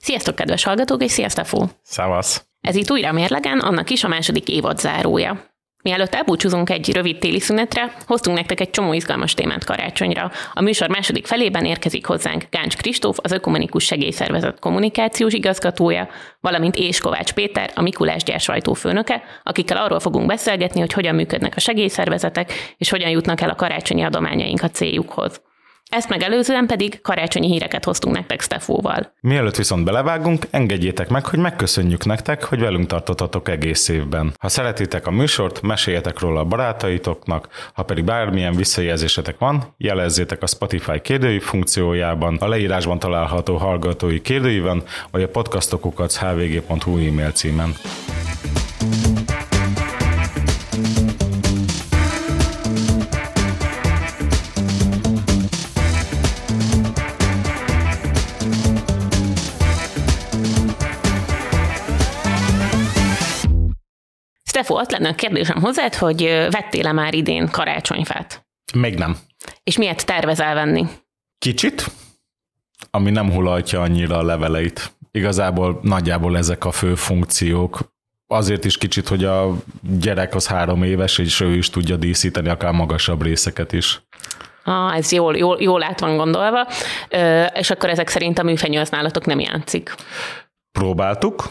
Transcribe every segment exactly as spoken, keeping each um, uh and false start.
Sziasztok, kedves hallgatók, és sziasztok, Stefó! Szevasz! Ez itt újra mérlegen, annak is a második évad zárója. Mielőtt elbúcsúzunk egy rövid téli szünetre, hoztunk nektek egy csomó izgalmas témát karácsonyra. A műsor második felében érkezik hozzánk Gáncs Kristóf, az Ökumenikus Segélyszervezet kommunikációs igazgatója, valamint És Kovács Péter, a Mikulás gyár sajtófőnöke, akikkel arról fogunk beszélgetni, hogy hogyan működnek a segélyszervezetek, és hogyan jutnak el a karácsonyi adományaink a céljukhoz. Ezt megelőzően pedig karácsonyi híreket hoztunk nektek Stefóval. Mielőtt viszont belevágunk, engedjétek meg, hogy megköszönjük nektek, hogy velünk tartottatok egész évben. Ha szeretitek a műsort, meséljetek róla a barátaitoknak, ha pedig bármilyen visszajelzésetek van, jelezzétek a Spotify kérdőív funkciójában, a leírásban található hallgatói kérdőíven, vagy a podcastokukat h v g pont h u e-mail címen. Stefó, ott lenne a kérdésem hozzád, hogy vettél-e már idén karácsonyfát? Még nem. És miért tervezel venni? Kicsit, ami nem hulajtja annyira a leveleit. Igazából nagyjából ezek a fő funkciók. Azért is kicsit, hogy a gyerek az három éves, és ő is tudja díszíteni akár magasabb részeket is. Ah, ez jól, jól, jól át van gondolva. Ö, és akkor ezek szerint a műfenyő az nálatok nem játszik? Próbáltuk.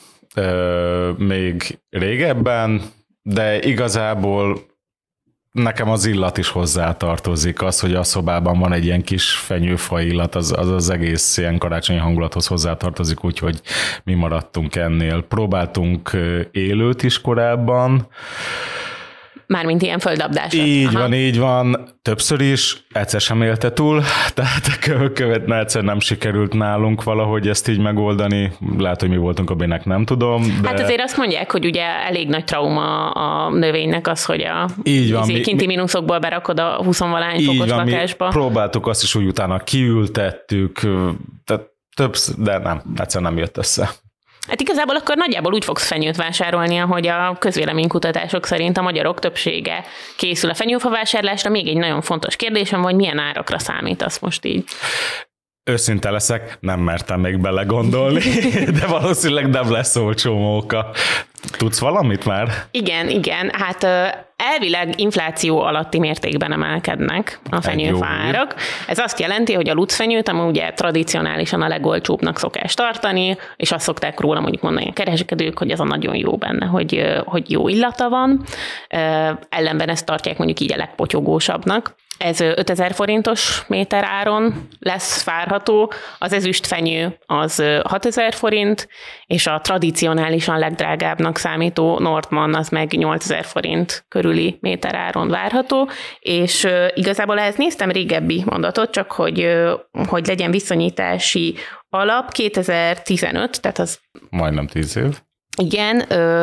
Ö, még régebben, de igazából nekem az illat is hozzátartozik. Az, hogy a szobában van egy ilyen kis fenyőfa illat, az az, az egész ilyen karácsonyi hangulathoz hozzátartozik, úgyhogy mi maradtunk ennél. Próbáltunk élőt is korábban. Mármint ilyen földabdásat. Így Aha. van, így van. Többször is, egyszer sem élte túl, tehát követne egyszer nem sikerült nálunk valahogy ezt így megoldani. Lehet, hogy mi voltunk a bének, nem tudom. De... Hát azért azt mondják, hogy ugye elég nagy trauma a növénynek az, hogy a így van, kinti mi, mínuszokból berakod a huszonvalány fokos van, lakásba. Mi próbáltuk azt is, hogy utána kiültettük, tehát többször, de nem, egyszer nem jött össze. Hát igazából akkor nagyjából úgy fogsz fenyőt vásárolni, ahogy a közvéleménykutatások szerint a magyarok többsége készül a fenyőfa vásárlásra. Még egy nagyon fontos kérdésem, hogy milyen árakra számítasz most így? Őszinte leszek, nem mertem még belegondolni, de valószínűleg nem lesz olcsó móka. Tudsz valamit már? Igen, igen. Hát elvileg infláció alatti mértékben emelkednek a fenyőfa árak. Ez azt jelenti, hogy a lucfenyőt, ami ugye tradicionálisan a legolcsóbbnak szokás tartani, és azt szokták róla mondjuk mondani a kereskedők, hogy ez a nagyon jó benne, hogy, hogy jó illata van. Ellenben ezt tartják mondjuk így a legpotyogósabbnak. Ez ötezer forintos méter áron lesz várható, az ezüstfenyő az hatezer forint, és a tradicionálisan legdrágábbnak számító Nordmann az meg nyolcezer forint körüli méter áron várható, és igazából ehhez néztem régebbi mondatot, csak hogy, hogy legyen viszonyítási alap, kétezer-tizenöt, tehát az... Majdnem tíz év. Igen,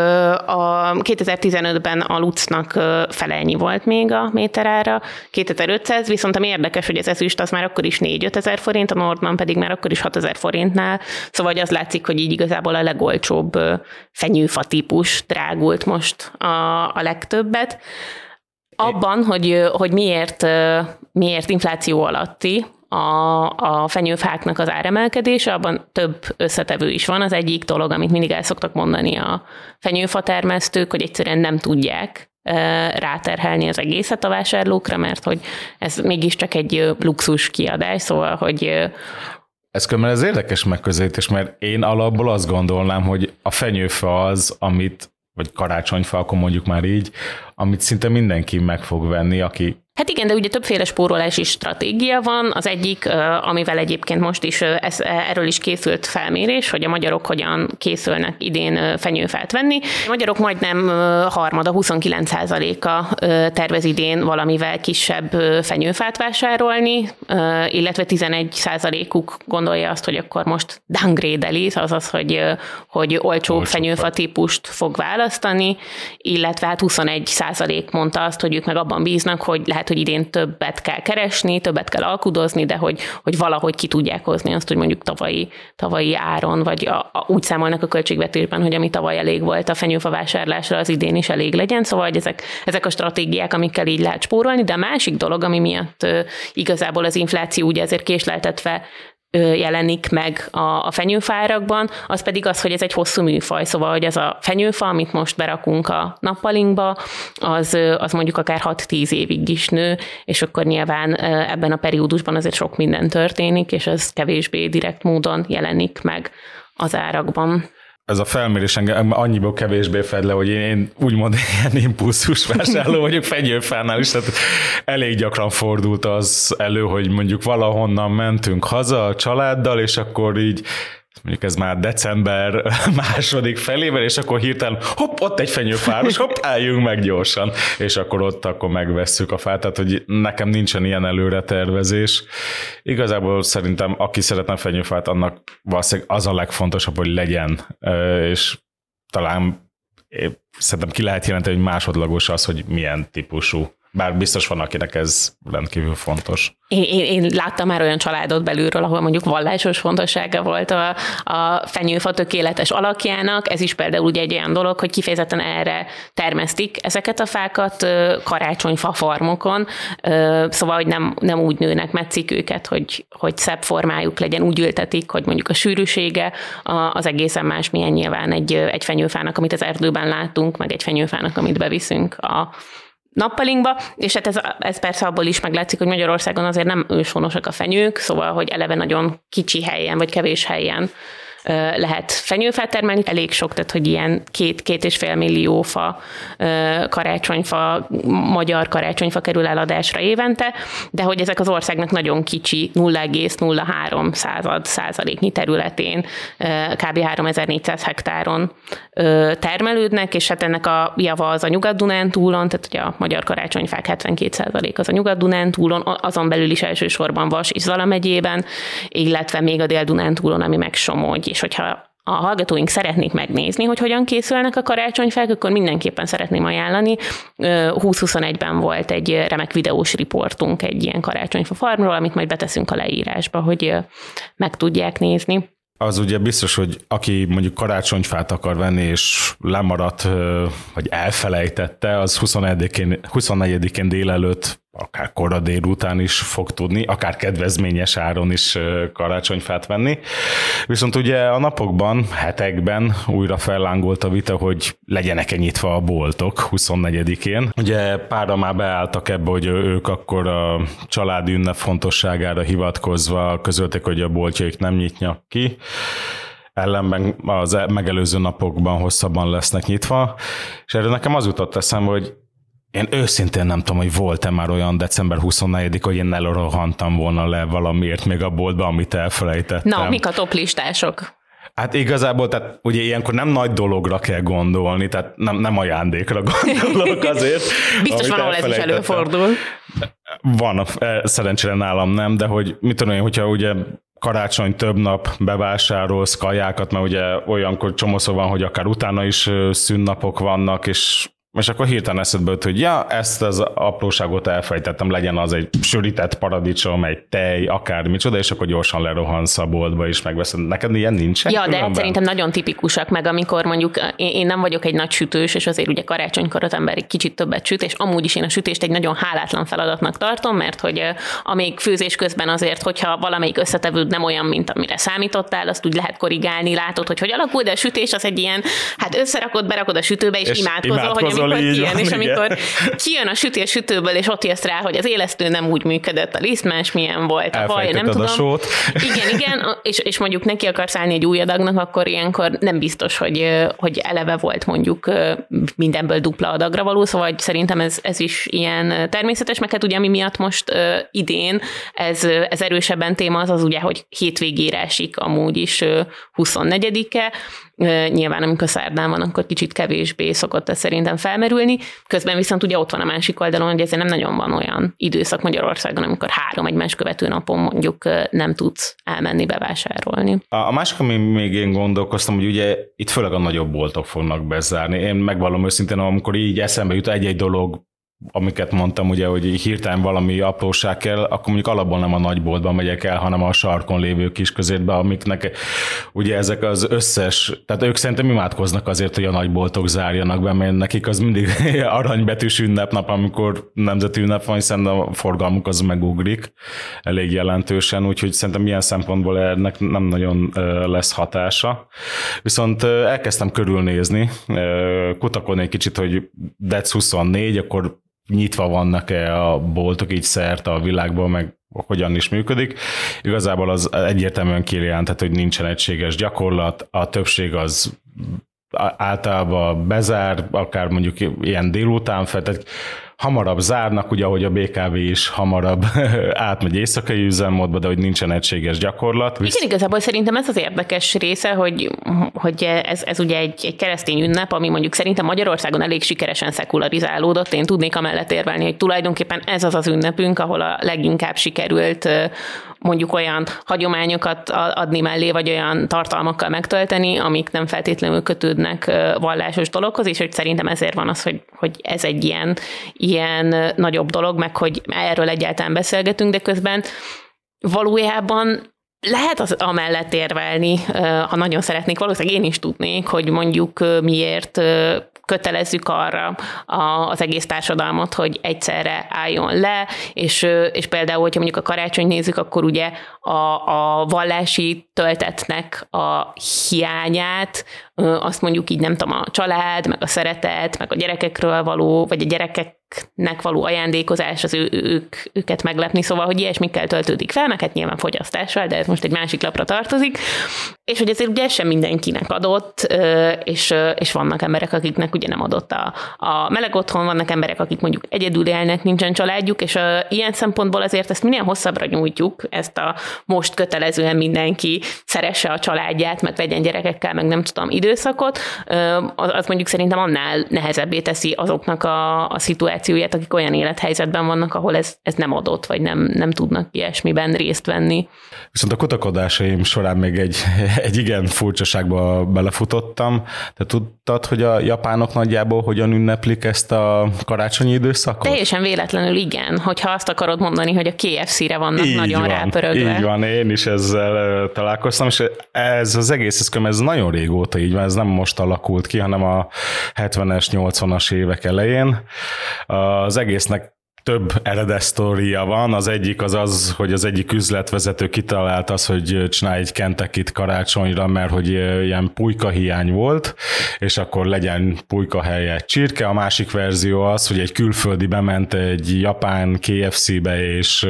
a kétezer-tizenötben a lucnak fele ennyi volt még a méterára, kétezer-ötszáz, viszont ami érdekes, hogy az ezüst az már akkor is négy-öt ezer forint, a Nordmann pedig már akkor is hatezer forintnál, szóval az látszik, hogy így igazából a legolcsóbb fenyőfa típus drágult most a, a legtöbbet. Abban, hogy, hogy miért, miért infláció alatti a, a fenyőfáknak az áremelkedése, abban több összetevő is van. Az egyik dolog, amit mindig el szoktak mondani a fenyőfa termesztők, hogy egyszerűen nem tudják ráterhelni az egészet a vásárlókra, mert hogy ez mégiscsak egy luxus kiadás, szóval, hogy... Ez különben ez érdekes megközelítés, mert én alapból azt gondolnám, hogy a fenyőfa az, amit, vagy karácsonyfa, akkor mondjuk már így, amit szinte mindenki meg fog venni, aki... Hát igen, de ugye többféle spórolási stratégia van. Az egyik, amivel egyébként most is ez, erről is készült felmérés, hogy a magyarok hogyan készülnek idén fenyőfát venni. A magyarok majdnem harmada, huszonkilenc százaléka tervez idén valamivel kisebb fenyőfát vásárolni, illetve tizenegy százalékuk gondolja azt, hogy akkor most downgrade-eli, azaz, hogy, hogy olcsóbb fenyőfa típust fog választani, illetve hát huszonegy százalék mondta azt, hogy ők meg abban bíznak, hogy lehet, hogy idén többet kell keresni, többet kell alkudozni, de hogy, hogy valahogy ki tudják hozni azt, hogy mondjuk tavalyi, tavalyi áron, vagy a, a, úgy számolnak a költségvetésben, hogy ami tavaly elég volt a fenyőfa vásárlásra, az idén is elég legyen, szóval hogy ezek, ezek a stratégiák, amikkel így lehet spórolni, de a másik dolog, ami miatt uh, igazából az infláció ugye ezért késleltetve jelenik meg a, a fenyőfárakban, az pedig az, hogy ez egy hosszú műfaj, szóval, hogy ez a fenyőfa, amit most berakunk a nappalinkba, az, az mondjuk akár hat-tíz évig is nő, és akkor nyilván ebben a periódusban azért sok minden történik, és ez kevésbé direkt módon jelenik meg az árakban. Ez a felmérés engem annyiból kevésbé fed le, hogy én, én úgymond ilyen impulzus vásárló vagyok fenyőfánál is, tehát elég gyakran fordult az elő, hogy mondjuk valahonnan mentünk haza a családdal, és akkor így mondjuk ez már december második felében, és akkor hirtelen hopp, ott egy fenyőfáros, hopp, álljunk meg gyorsan, és akkor ott akkor megvesszük a fát, tehát hogy nekem nincsen ilyen előre tervezés. Igazából szerintem aki szeretne fenyőfát, annak valószínűleg az a legfontosabb, hogy legyen, és talán szerintem ki lehet jelenteni, hogy másodlagos az, hogy milyen típusú. Bár biztos van, akinek ez rendkívül fontos. Én, én, én láttam már olyan családot belülről, ahol mondjuk vallásos fontossága volt a, a fenyőfa tökéletes alakjának. Ez is például ugye egy olyan dolog, hogy kifejezetten erre termesztik ezeket a fákat karácsonyfa farmokon, szóval, hogy nem, nem úgy nőnek, metszik őket, hogy, hogy szebb formájuk legyen, úgy ültetik, hogy mondjuk a sűrűsége az egészen más, milyen nyilván egy, egy fenyőfának, amit az erdőben látunk, meg egy fenyőfának, amit beviszünk a nappalinkba, és hát ez, ez persze abból is meglátszik, hogy Magyarországon azért nem őshonosak a fenyők, szóval, hogy eleve nagyon kicsi helyen, vagy kevés helyen lehet fenyőfát termelni. Elég sok, tehát hogy ilyen két, két és fél millió fa, karácsonyfa, magyar karácsonyfa kerül eladásra évente, de hogy ezek az országnak nagyon kicsi, nulla egész nulla három század százaléknyi területén, kb. háromezer-négyszáz hektáron termelődnek, és hát ennek a java az a Nyugat-Dunántúlon, tehát ugye a magyar karácsonyfák hetvenkét százalék az a Nyugat-Dunántúlon, azon belül is elsősorban Vas és Zala megyében, illetve még a Dél-Dunántúlon, ami meg Somogy. És hogyha a hallgatóink szeretnék megnézni, hogy hogyan készülnek a karácsonyfák, akkor mindenképpen szeretném ajánlani. húsz-huszonegyben volt egy remek videós riportunk egy ilyen karácsonyfa farmról, amit majd beteszünk a leírásba, hogy meg tudják nézni. Az ugye biztos, hogy aki mondjuk karácsonyfát akar venni, és lemaradt, vagy elfelejtette, az huszonegyedikén, huszonnegyedikén délelőtt, akár kora délután is fog tudni, akár kedvezményes áron is karácsonyfát venni. Viszont ugye a napokban, hetekben újra fellángolt a vita, hogy legyenek-e nyitva a boltok huszonnegyedikén. Ugye párra már beálltak ebbe, hogy ők akkor a családi ünnep fontosságára hivatkozva közölték, hogy a boltjaik nem nyitnak ki. Ellenben az megelőző napokban hosszabban lesznek nyitva. És erről nekem az jutott eszembe, hogy én őszintén nem tudom, hogy volt-e már olyan december huszonnegyedik, hogy én elrohantam volna le valamiért még a boltba, amit elfelejtettem. Na, mik a toplistások? Hát igazából, tehát ugye ilyenkor nem nagy dologra kell gondolni, tehát nem, nem ajándékra gondolok azért. Biztos van, ahol ez is előfordul. Van, szerencsére nálam nem, de hogy mit tudom én, hogyha ugye karácsony több nap bevásárolsz kajákat, mert ugye olyankor csomószor van, hogy akár utána is szünnapok vannak, és és akkor hirtelen eszedbe jött, hogy ja, ezt az apróságot elfejtettem, legyen az egy sörített paradicsom, egy tej, akármicsoda, és akkor gyorsan lerohansz a boltba is megveszed. Neked ilyen nincsen? Ja, de hát szerintem nagyon tipikusak, meg amikor mondjuk én nem vagyok egy nagy sütős, és azért ugye karácsonykor az ember egy kicsit többet süt, és amúgy is én a sütést egy nagyon hálátlan feladatnak tartom, mert hogy amíg főzés közben azért, hogyha valamelyik összetevőd nem olyan, mint amire számítottál, azt úgy lehet korrigálni, látod, hogy hogy alakul, de a sütés az egy ilyen, hát összerakod, berakod a sütőbe, és, és imádkozol, hogy amikor kijön, és amikor kijön a süti a sütőből, és ott jössz rá, hogy az élesztő nem úgy működött, a liszt más milyen volt, a vaj, nem tudom. A sót. Igen, igen, és, és mondjuk neki akarsz állni egy új adagnak, akkor ilyenkor nem biztos, hogy, hogy eleve volt mondjuk mindenből dupla adagra való, szóval szerintem ez, ez is ilyen természetes, meg hát ugye ami miatt most uh, idén ez, ez erősebben téma az az ugye, hogy hétvégére esik amúgy is uh, huszonnegyedike, nyilván amikor szerdán van, akkor kicsit kevésbé szokott ez szerintem felmerülni. Közben viszont ugye ott van a másik oldalon, hogy ezért nem nagyon van olyan időszak Magyarországon, amikor három egymás követő napon mondjuk nem tudsz elmenni bevásárolni. A másik, ami még én gondolkoztam, hogy ugye itt főleg a nagyobb boltok fognak bezárni. Én megvallom őszintén, amikor így eszembe jut egy-egy dolog, amiket mondtam, ugye, hogy hirtelen valami apróság kell, akkor mondjuk alapból nem a nagyboltban megyek el, hanem a sarkon lévő kis közértbe, amiknek ugye ezek az összes, tehát ők szerintem imádkoznak azért, hogy a nagyboltok zárjanak be, mert nekik az mindig aranybetűs ünnepnap, amikor nemzeti ünnep van, hiszen a forgalmuk az megugrik elég jelentősen, úgyhogy szerintem ilyen szempontból ennek nem nagyon lesz hatása. Viszont elkezdtem körülnézni, kutakodni egy kicsit, hogy dec huszonnégy, akkor nyitva vannak-e a boltok így szerte a világban, meg hogyan is működik. Igazából az egyértelműen kijelentett, hogy nincsen egységes gyakorlat, a többség az általában bezár, akár mondjuk ilyen délután fel, tehát hamarabb zárnak, ugye ahogy a bé ká vé is hamarabb átmegy éjszakai üzemmódba, de hogy nincsen egységes gyakorlat. Visz... Igen, igazából szerintem ez az érdekes része, hogy, hogy ez, ez ugye egy, egy keresztény ünnep, ami mondjuk szerintem Magyarországon elég sikeresen szekularizálódott. Én tudnék amellett érvelni, hogy tulajdonképpen ez az az ünnepünk, ahol a leginkább sikerült mondjuk olyan hagyományokat adni mellé, vagy olyan tartalmakkal megtölteni, amik nem feltétlenül kötődnek vallásos dologhoz, és hogy szerintem ezért van az, hogy, hogy ez egy ilyen, ilyen nagyobb dolog, meg hogy erről egyáltalán beszélgetünk, de közben valójában lehet az amellett érvelni, ha nagyon szeretnék, valószínűleg én is tudnék, hogy mondjuk miért kötelezzük arra az egész társadalmat, hogy egyszerre álljon le, és, és például, hogyha mondjuk a karácsony nézzük, akkor ugye a, a vallási töltetnek a hiányát, azt mondjuk így nem tudom, a család, meg a szeretet, meg a gyerekekről való, vagy a gyerekeknek való ajándékozás, az ő, ők, őket meglepni, szóval, hogy ilyesmikkel töltődik fel, meg hát nyilván fogyasztással, de ez most egy másik lapra tartozik, és hogy ezért ugye ez sem mindenkinek adott, és, és vannak emberek, akiknek ugye nem adott a, a meleg otthon, vannak emberek, akik mondjuk egyedül élnek, nincsen családjuk, és a, ilyen szempontból azért ezt minél hosszabbra nyújtjuk, ezt a most kötelezően mindenki szeresse a családját, meg vegyen gyerekekkel, meg nem tudom, időszakot, az, az mondjuk szerintem annál nehezebbé teszi azoknak a, a szituációját, akik olyan élethelyzetben vannak, ahol ez, ez nem adott, vagy nem, nem tudnak ilyesmiben részt venni. Viszont a kutakodásaim során még egy, egy igen furcsaságba belefutottam. Te tudtad, hogy a japánok nagyjából hogyan ünneplik ezt a karácsonyi időszakot? Teljesen véletlenül igen, hogyha azt akarod mondani, hogy a ké ef cére vannak így nagyon van, rápörögve. Így van, én is ezzel találkoztam, és ez az egész eszköm, ez nagyon régóta így van, ez nem most alakult ki, hanem a hetvenes, nyolcvanas évek elején. Az egésznek több eredet sztoria van. Az egyik az az, hogy az egyik üzletvezető kitalált az, hogy csinálj egy Kentucky-t karácsonyra, mert hogy ilyen pulyka hiány volt, és akkor legyen pulyka helyett csirke. A másik verzió az, hogy egy külföldi bement egy japán ké ef cé-be, és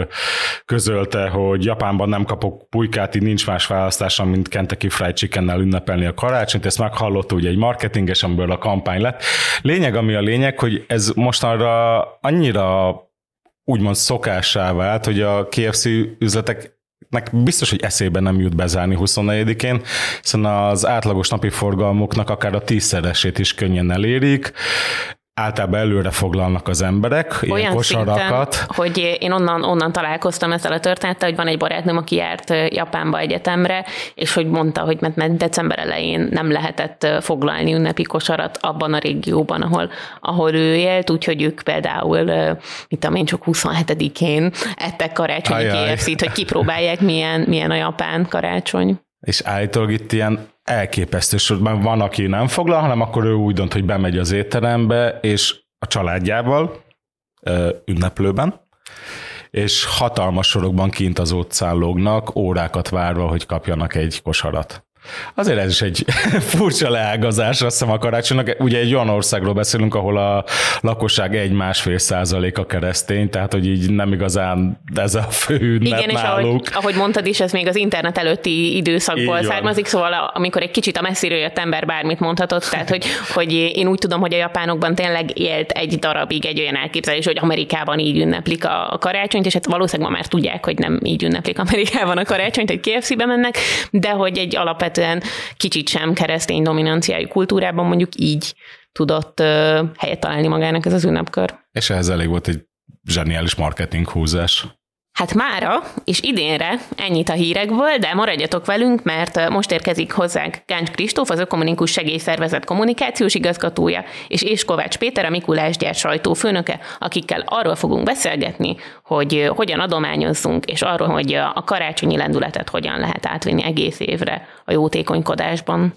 közölte, hogy Japánban nem kapok pulykát, így nincs más választásom, mint Kentucky Fried Chickennel ünnepelni a karácsonyt. Ezt meghallotta ugye egy marketinges, amiből a kampány lett. Lényeg, ami a lényeg, hogy ez mostanra annyira úgymond szokássá vált, hogy a ké ef cé üzleteknek biztos, hogy eszébe nem jut bezárni huszonnegyedikén, hiszen az átlagos napi forgalmuknak akár a tízszeresét is könnyen elérik. Általában előre foglalnak az emberek, olyan ilyen kosarakat. Szinten, hogy én onnan, onnan találkoztam ezzel a történettel, hogy van egy barátnőm, aki járt Japánba egyetemre, és hogy mondta, hogy mert december elején nem lehetett foglalni ünnepi kosarat abban a régióban, ahol, ahol ő élt, úgyhogy ők például, mit tudom én, csak huszonhetedikén ettek karácsonyi ké ef cét, hogy kipróbálják, milyen, milyen a japán karácsony. És állítólag itt ilyen elképesztő, hogy van, aki nem foglal, hanem akkor ő úgy dönt, hogy bemegy az étterembe, és a családjával ünneplőben, és hatalmas sorokban kint az utcán lógnak, órákat várva, hogy kapjanak egy kosarat. Azért ez is egy furcsa leágazás, azt hiszem a karácsonynak. Ugye egy olyan országról beszélünk, ahol a lakosság egy-másfél százaléka keresztény, tehát hogy így nem igazán ez a fő ünnep. Igen, náluk. És ahogy, ahogy mondtad is, ez még az internet előtti időszakból származik, szóval amikor egy kicsit a messziről jött ember bármit mondhatott, tehát hogy, hogy én úgy tudom, hogy a japánokban tényleg élt egy darabig egy olyan elképzelés, hogy Amerikában így ünneplik a karácsonyt, és hát valószínűleg ma már tudják, hogy nem így ünneplik Amerikában a karácsonyt, hogy ké ef cé-be mennek, de hogy egy alapvető kicsit sem keresztény dominanciájú kultúrában mondjuk így tudott uh, helyet találni magának ez az ünnepkör. És ehhez elég volt egy zseniális marketing húzás. Hát mára és idénre ennyit a hírekből, de maradjatok velünk, mert most érkezik hozzánk Gáncs Kristóf, az Ökumenikus Segélyszervezet kommunikációs igazgatója, és És Kovács Péter, a Mikulás gyár sajtófőnöke, akikkel arról fogunk beszélgetni, hogy hogyan adományozzunk, és arról, hogy a karácsonyi lendületet hogyan lehet átvinni egész évre a jótékonykodásban.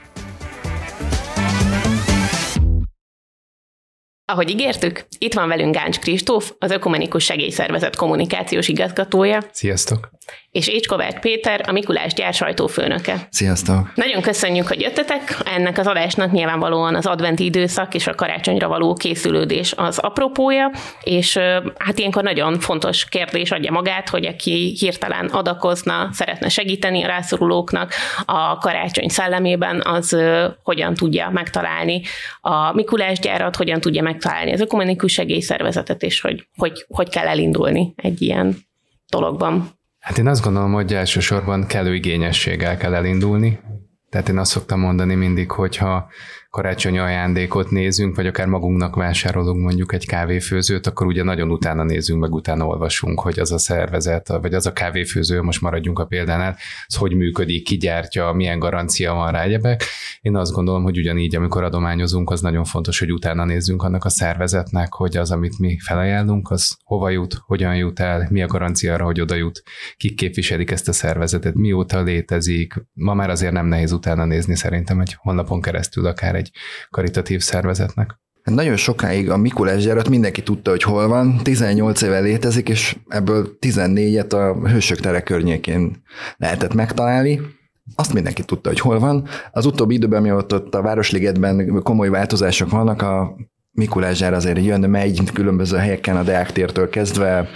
Ahogy ígértük, itt van velünk Gáncs Kristóf, az Ökumenikus Segélyszervezet kommunikációs igazgatója. Sziasztok! És És Kovács Péter, a Mikulás gyár sajtófőnöke. Sziasztok! Nagyon köszönjük, hogy jöttetek. Ennek az adásnak nyilvánvalóan az adventi időszak és a karácsonyra való készülődés az apropója, és hát ilyenkor nagyon fontos kérdés adja magát, hogy aki hirtelen adakozna, szeretne segíteni a rászorulóknak a karácsony szellemében, az hogyan tudja megtalálni a Mikulás gyárat, hogyan tudja megtalálni az Ökumenikus Segélyszervezetet, és hogy, hogy hogy kell elindulni egy ilyen dologban. Hát én azt gondolom, hogy elsősorban kellő igényességgel kell elindulni. Tehát én azt szoktam mondani mindig, hogyha karácsonyi ajándékot nézünk, vagy akár magunknak vásárolunk mondjuk egy kávéfőzőt, akkor ugye nagyon utána nézünk, meg utána olvasunk, hogy az a szervezet, vagy az a kávéfőző, most maradjunk a példánál, az hogy működik, ki gyártja, milyen garancia van rá, egyebek. Én azt gondolom, hogy ugyanígy, amikor adományozunk, az nagyon fontos, hogy utána nézzünk annak a szervezetnek, hogy az, amit mi felajánlunk, az hova jut, hogyan jut el, mi a garancia arra, hogy oda jut, kik képviselik ezt a szervezetet, mióta létezik. Ma már azért nem nehéz utána nézni szerintem egy honlapon keresztül akár egy karitatív szervezetnek. Nagyon sokáig a Mikulás gyárat mindenki tudta, hogy hol van, tizennyolc éve létezik, és ebből tizennégyet a Hősök tere környékén lehetett megtalálni. Azt mindenki tudta, hogy hol van. Az utóbbi időben, mióta ott a Városligetben komoly változások vannak, a Mikulás gyár azért jön, megy különböző helyeken, a Deák tértől kezdve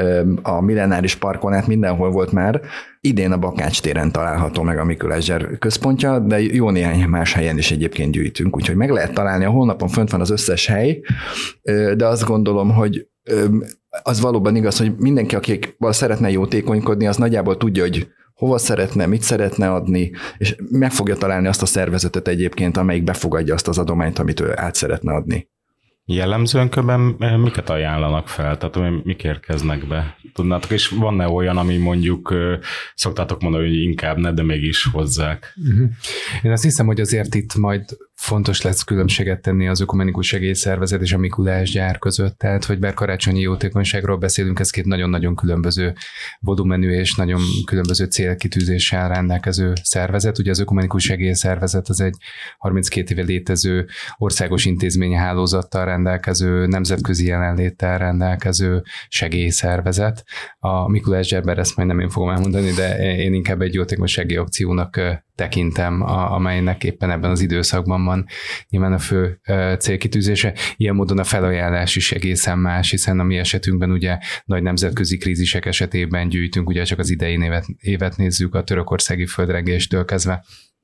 a Millenáris parkon át mindenhol volt már. Idén a Bakács téren található meg a Mikulás gyár központja, de jó néhány más helyen is egyébként gyűjtünk, úgyhogy meg lehet találni, a honlapon fönt van az összes hely, de azt gondolom, hogy az valóban igaz, hogy mindenki, akik szeretne jótékonykodni, az nagyjából tudja, hogy hova szeretne, mit szeretne adni, és meg fogja találni azt a szervezetet egyébként, amelyik befogadja azt az adományt, amit ő át szeretne adni. Jellemzően körben miket ajánlanak fel? Tehát mik érkeznek be? Tudnátok, és van-e olyan, ami mondjuk szoktátok mondani, hogy inkább ne, de mégis hozzák? Uh-huh. Én azt hiszem, hogy azért itt majd fontos lesz különbséget tenni az Ökumenikus Segélyszervezet és a Mikulás gyár között, tehát hogy bár karácsonyi jótékonyságról beszélünk, ez két nagyon-nagyon különböző volumenű és nagyon különböző célkitűzéssel rendelkező szervezet. Ugye az Ökumenikus Segélyszervezet az egy harminckét éve létező országos intézményhálózattal rendelkező, nemzetközi jelenléttel rendelkező segélyszervezet. A Mikulás gyárban ezt majd nem én fogom elmondani, de én inkább egy jótékonysági akciónak tekintem, amelynek éppen ebben az időszakban van nyilván a fő célkitűzése. Ilyen módon a felajánlás is egészen más, hiszen a mi esetünkben ugye nagy nemzetközi krízisek esetében gyűjtünk, ugye csak az idei évet, évet nézzük, a törökországi földrengéstől kezdve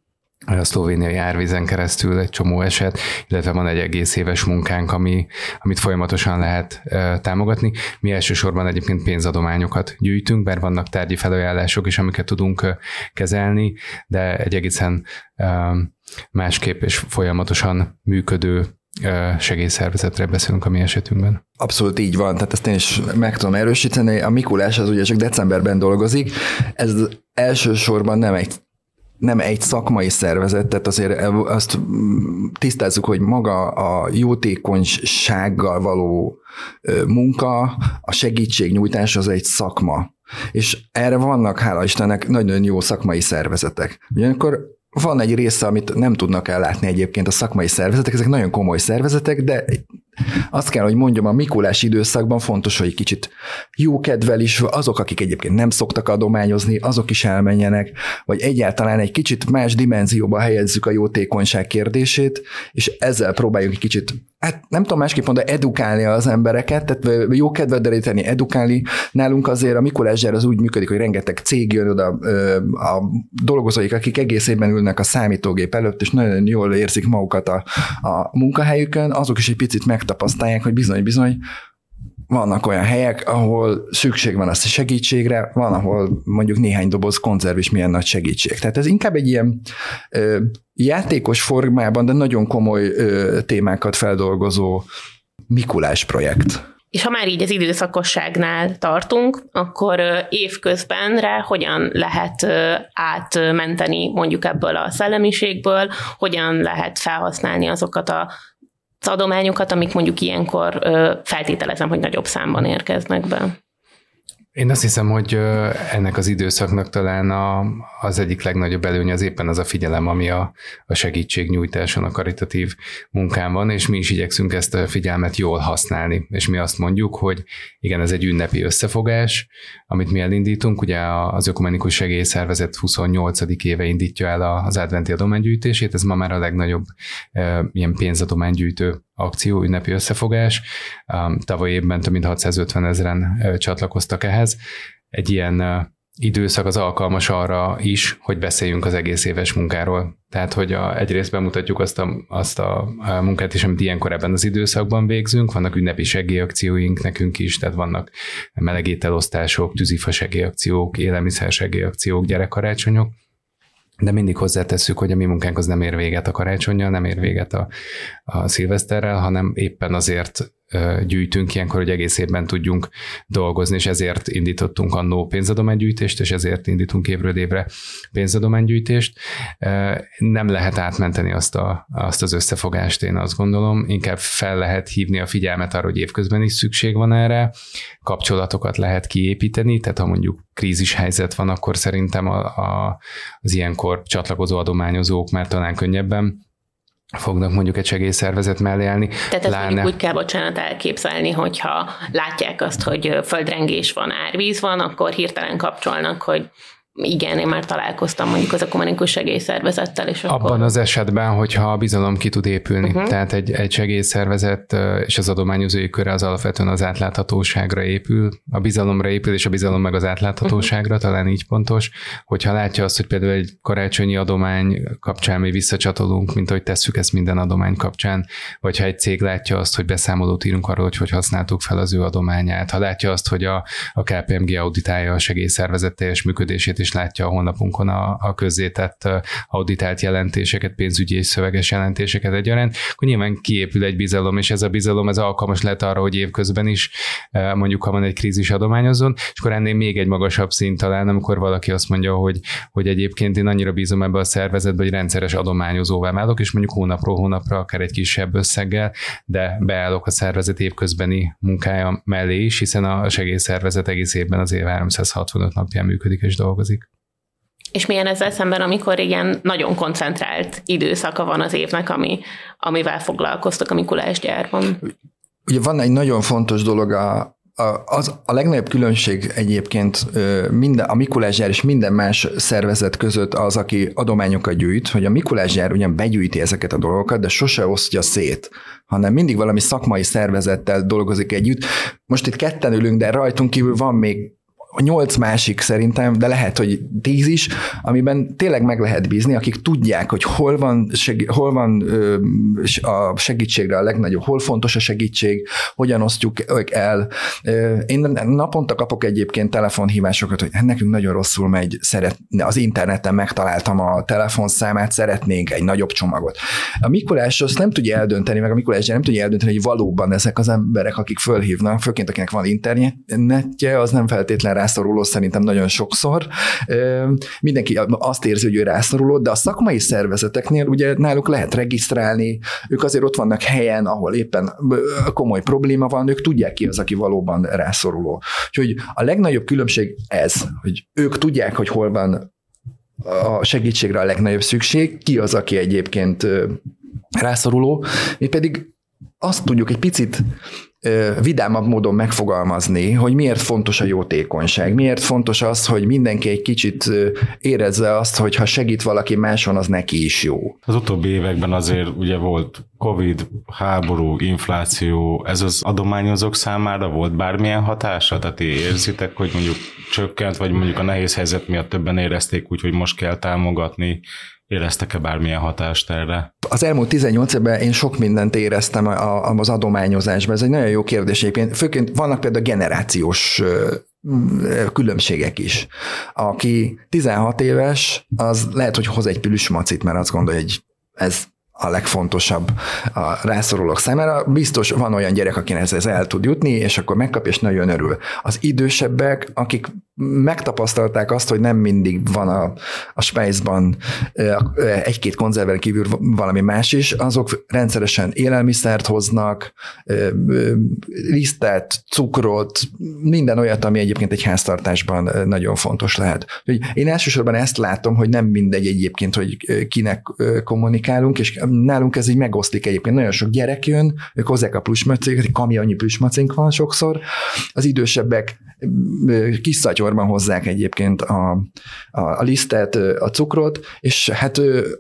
a szlovéniai árvízen keresztül egy csomó eset, illetve van egy egész éves munkánk, ami, amit folyamatosan lehet e, támogatni. Mi elsősorban egyébként pénzadományokat gyűjtünk, bár vannak tárgyi felajánlások is, amiket tudunk e, kezelni, de egy egészen e, másképp és folyamatosan működő e, segélyszervezetre beszélünk a mi esetünkben. Abszolút így van, tehát ezt én is meg tudom erősíteni. A Mikulás az ugye csak decemberben dolgozik, ez elsősorban nem egy nem egy szakmai szervezet, tehát azért azt tisztázzuk, hogy maga a jótékonysággal való munka, a segítségnyújtás az egy szakma. És erre vannak, hála Istennek, nagyon jó szakmai szervezetek. Ugyanakkor van egy része, amit nem tudnak ellátni egyébként a szakmai szervezetek, ezek nagyon komoly szervezetek, de azt kell, hogy mondjam, a Mikulás időszakban fontos, hogy kicsit jókedvel is, azok, akik egyébként nem szoktak adományozni, azok is elmenjenek, vagy egyáltalán egy kicsit más dimenzióba helyezzük a jótékonyság kérdését, és ezzel próbáljuk egy kicsit, hát nem tudom másképp mondani, edukálni az embereket, tehát jókedvet deríteni, edukálni. Nálunk azért a Mikulás gyár az úgy működik, hogy rengeteg cég jön oda, a dolgozóik, akik egész évben ülnek a számítógép előtt, és nagyon jól érzik magukat a, a munkahelyükön, azok is egy picit megtapasztalják, hogy bizony-bizony vannak olyan helyek, ahol szükség van a segítségre, van, ahol mondjuk néhány doboz konzerv is milyen nagy segítség. Tehát ez inkább egy ilyen ö, játékos formában, de nagyon komoly ö, témákat feldolgozó Mikulás projekt. És ha már így az időszakosságnál tartunk, akkor évközbenre hogyan lehet átmenteni mondjuk ebből a szellemiségből, hogyan lehet felhasználni azokat a az adományokat, amik mondjuk ilyenkor feltételezem, hogy nagyobb számban érkeznek be. Én azt hiszem, hogy ennek az időszaknak talán a, az egyik legnagyobb előnye az éppen az a figyelem, ami a, a segítségnyújtáson, a karitatív munkán van, és mi is igyekszünk ezt a figyelmet jól használni. És mi azt mondjuk, hogy igen, ez egy ünnepi összefogás, amit mi elindítunk. Ugye az Ökumenikus Segélyszervezet huszonnyolcadik éve indítja el az adventi adománygyűjtését, ez ma már a legnagyobb e, ilyen pénzadománygyűjtő akció, ünnepi összefogás. Tavaly évben több mint hatszázötven ezeren csatlakoztak ehhez. Egy ilyen időszak az alkalmas arra is, hogy beszéljünk az egész éves munkáról. Tehát, hogy a, egyrészt bemutatjuk azt a, azt a munkát is, amit ilyenkor ebben az időszakban végzünk. Vannak ünnepi segélyakcióink nekünk is, tehát vannak melegételosztások, tűzifa segélyakciók, élelmiszer segélyakciók, gyerekkarácsonyok. De mindig hozzátesszük, hogy a mi munkánk az nem ér véget a karácsonnyal, nem ér véget a, a szilveszterrel, hanem éppen azért gyűjtünk ilyenkor, hogy egész évben tudjunk dolgozni, és ezért indítottunk annó pénzadománygyűjtést, és ezért indítunk évről évre pénzadománygyűjtést. Nem lehet átmenteni azt, a, azt az összefogást, én azt gondolom, inkább fel lehet hívni a figyelmet arra, hogy évközben is szükség van erre, kapcsolatokat lehet kiépíteni, tehát ha mondjuk krízishelyzet van, akkor szerintem a, a, az ilyenkor csatlakozó adományozók már talán könnyebben fognak mondjuk egy segélyszervezet mellé állni. Tehát ezt mondjuk úgy kell, bocsánat, elképzelni, hogyha látják azt, hogy földrengés van, árvíz van, akkor hirtelen kapcsolnak, hogy igen, én már találkoztam mondjuk az Ökumenikus Segélyszervezettel, és akkor... Abban az esetben, hogyha a bizalom ki tud épülni. Uh-huh. Tehát egy, egy segélyszervezet és az adományozói köre az alapvetően az átláthatóságra épül, a bizalomra épül, és a bizalom meg az átláthatóságra, uh-huh. talán így pontos, hogyha látja azt, hogy például egy karácsonyi adomány kapcsán mi visszacsatolunk, mint ahogy tesszük ezt minden adomány kapcsán, vagy ha egy cég látja azt, hogy beszámolót írunk arról, hogy hogy használtuk fel az ő adományát, ha látja azt, hogy a, a ká pé em gé auditálja a segélyszervezet teljes működését, és látja a honlapunkon a, a közzétett auditált jelentéseket, pénzügyi és szöveges jelentéseket egyaránt, akkor nyilván kiépül egy bizalom, és ez a bizalom ez alkalmas lehet arra, hogy évközben is mondjuk, ha van egy krízis adományozzon, és akkor ennél még egy magasabb szint talán, amikor valaki azt mondja, hogy, hogy egyébként én annyira bízom ebbe a szervezetbe, hogy rendszeres adományozóvá válok, és mondjuk hónapról hónapra akár egy kisebb összeggel, de beállok a szervezet évközbeni munkája mellé is, hiszen a segélyszervezet egész évben az év háromszázhatvanöt napján működik és dolgozik. És milyen ezzel szemben, amikor igen, nagyon koncentrált időszaka van az évnek, ami, amivel foglalkoztak a Mikulásgyárban? Ugye van egy nagyon fontos dolog, a, a, az, a legnagyobb különbség egyébként minden, a Mikulásgyár és minden más szervezet között az, aki adományokat gyűjt, hogy a Mikulásgyár ugyan begyűjti ezeket a dolgokat, de sose osztja szét, hanem mindig valami szakmai szervezettel dolgozik együtt. Most itt ketten ülünk, de rajtunk kívül van még nyolc másik szerintem, de lehet, hogy tíz is, amiben tényleg meg lehet bízni, akik tudják, hogy hol van, seg- hol van ö, a segítségre a legnagyobb, hol fontos a segítség, hogyan osztjuk el. Én naponta kapok egyébként telefonhívásokat, hogy nekünk nagyon rosszul megy, szeret, az interneten megtaláltam a telefonszámát, szeretnénk egy nagyobb csomagot. A Mikulás azt nem tudja eldönteni, meg a Mikulás nem tudja eldönteni, hogy valóban ezek az emberek, akik fölhívnak, főként akinek van internetje, az nem feltétlen rászoruló szerintem nagyon sokszor. Mindenki azt érzi, hogy ő rászoruló, de a szakmai szervezeteknél ugye náluk lehet regisztrálni, ők azért ott vannak helyen, ahol éppen komoly probléma van, ők tudják ki az, aki valóban rászoruló. Úgyhogy a legnagyobb különbség ez, hogy ők tudják, hogy hol van a segítségre a legnagyobb szükség, ki az, aki egyébként rászoruló, mi pedig azt tudjuk egy picit vidámabb módon megfogalmazni, hogy miért fontos a jótékonyság, miért fontos az, hogy mindenki egy kicsit érezze azt, hogy ha segít valaki máson, az neki is jó. Az utóbbi években azért ugye volt Covid, háború, infláció, ez az adományozók számára volt bármilyen hatása? Tehát érzitek, hogy mondjuk csökkent, vagy mondjuk a nehéz helyzet miatt többen érezték úgy, hogy most kell támogatni, éreztek-e bármilyen hatást erre? Az elmúlt tizennyolc évben én sok mindent éreztem az adományozásban. Ez egy nagyon jó kérdés egyébként. Főként vannak például generációs különbségek is. Aki tizenhat éves, az lehet, hogy hoz egy plüsmacit, mert azt gondolja, hogy ez a legfontosabb a rászorulók számára. Biztos van olyan gyerek, akinek ez el tud jutni, és akkor megkapja, és nagyon örül. Az idősebbek, akik megtapasztalták azt, hogy nem mindig van a, a spájzban egy-két konzerven kívül valami más is, azok rendszeresen élelmiszert hoznak, lisztet, cukrot, minden olyat, ami egyébként egy háztartásban nagyon fontos lehet. Én elsősorban ezt látom, hogy nem mindegy egyébként, hogy kinek kommunikálunk, és nálunk ez így megoszlik egyébként. Nagyon sok gyerek jön, ők hozzák a plüsmacénkat, egy kamionnyi plüsmacénk van sokszor, az idősebbek kis szatyorban hozzák egyébként a, a, a lisztet, a cukrot, és hát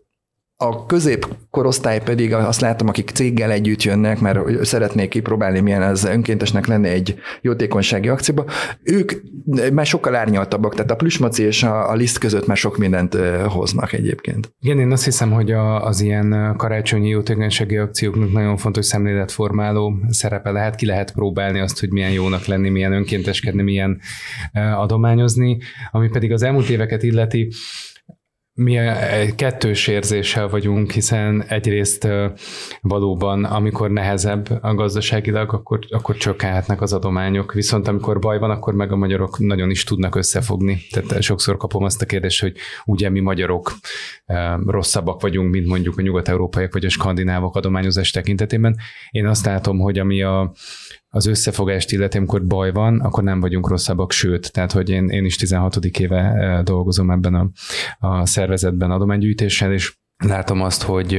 a középkorosztály pedig azt látom, akik céggel együtt jönnek, mert szeretnék kipróbálni, milyen ez önkéntesnek lenne egy jótékonysági akcióba. Ők már sokkal árnyaltabbak, tehát a plüsmaci és a, a liszt között már sok mindent hoznak egyébként. Igen, én azt hiszem, hogy a, az ilyen karácsonyi jótékonysági akcióknak nagyon fontos szemléletformáló szerepe lehet, ki lehet próbálni azt, hogy milyen jónak lenni, milyen önkénteskedni, milyen adományozni, ami pedig az elmúlt éveket illeti, mi kettős érzéssel vagyunk, hiszen egyrészt valóban, amikor nehezebb a gazdaságilag, akkor, akkor csökkenhetnek az adományok, viszont amikor baj van, akkor meg a magyarok nagyon is tudnak összefogni. Tehát sokszor kapom azt a kérdést, hogy ugye mi magyarok rosszabbak vagyunk, mint mondjuk a nyugat-európaiak vagy a skandinávok adományozás tekintetében. Én azt látom, hogy ami a az összefogást illeti, amikor baj van, akkor nem vagyunk rosszabbak, sőt, tehát, hogy én, én is tizenhatodik éve dolgozom ebben a, a szervezetben adománygyűjtéssel, és látom azt, hogy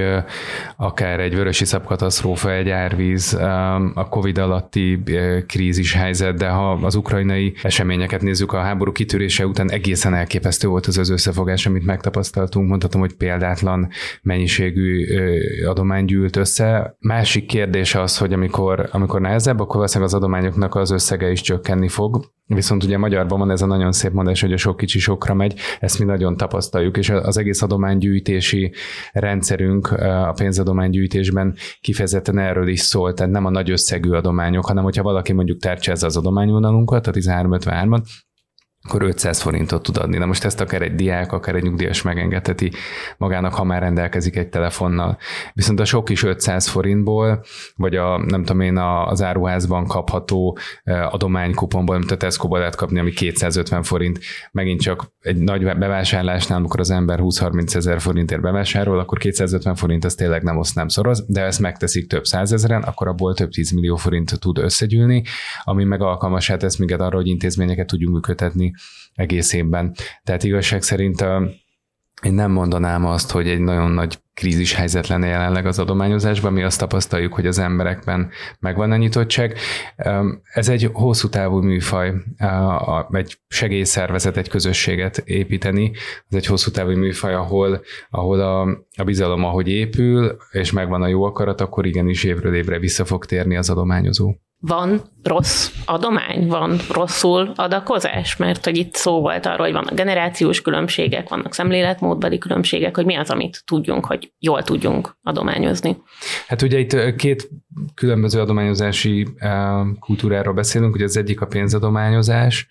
akár egy vörösiszap katasztrófa, egy árvíz, a Covid alatti krízis helyzet, de ha az ukrajnai eseményeket nézzük, a háború kitörése után egészen elképesztő volt az az összefogás, amit megtapasztaltunk. Mondhatom, hogy példátlan mennyiségű adomány gyűlt össze. Másik kérdés az, hogy amikor, amikor nehezebb, akkor valószínűleg az adományoknak az összege is csökkenni fog. Viszont ugye magyarban van ez a nagyon szép mondás, hogy a sok kicsi sokra megy, ezt mi nagyon tapasztaljuk, és az egész adománygyűjtési rendszerünk a pénzadománygyűjtésben kifejezetten erről is szól, tehát nem a nagy összegű adományok, hanem hogyha valaki mondjuk tárcsázza az adományvonalunkat, a tizenhárom ötvenhármat, akkor ötszáz forintot tud adni. Na most ezt akár egy diák, akár egy nyugdíjas megengedheti magának, ha már rendelkezik egy telefonnal. Viszont a sok is ötszáz forintból, vagy a, nem tudom én, az áruházban kapható adománykuponból, amit a Tesco-ból lehet kapni, ami kétszázötven forint, megint csak egy nagy bevásárlásnál, amikor az ember húsz-harminc ezer forintért bevásárol, akkor kétszázötven forint, az tényleg nem oszt, nem szoroz, de ezt megteszik több százezeren, akkor abból több tízmillió forint tud összegyűlni, ami meg alkalmasá tesz minket arra, hogy intézményeket tudjunk működtetni egész évben. Tehát igazság szerint uh, én nem mondanám azt, hogy egy nagyon nagy krízis helyzet lenne jelenleg az adományozásban, mi azt tapasztaljuk, hogy az emberekben megvan a nyitottság. Um, ez egy hosszú távú műfaj, uh, egy segélyszervezet, egy közösséget építeni, ez egy hosszú távú műfaj, ahol, ahol a, a bizalom, ahogy épül, és megvan a jó akarat, akkor igenis évről évre vissza fog térni az adományozó. Van rossz adomány, van rosszul adakozás, mert hogy itt szó volt arról, hogy vannak generációs különbségek, vannak szemléletmódbeli különbségek, hogy mi az, amit tudjunk, hogy jól tudjunk adományozni. Hát ugye itt két különböző adományozási kultúráról beszélünk, ugye az egyik a pénzadományozás,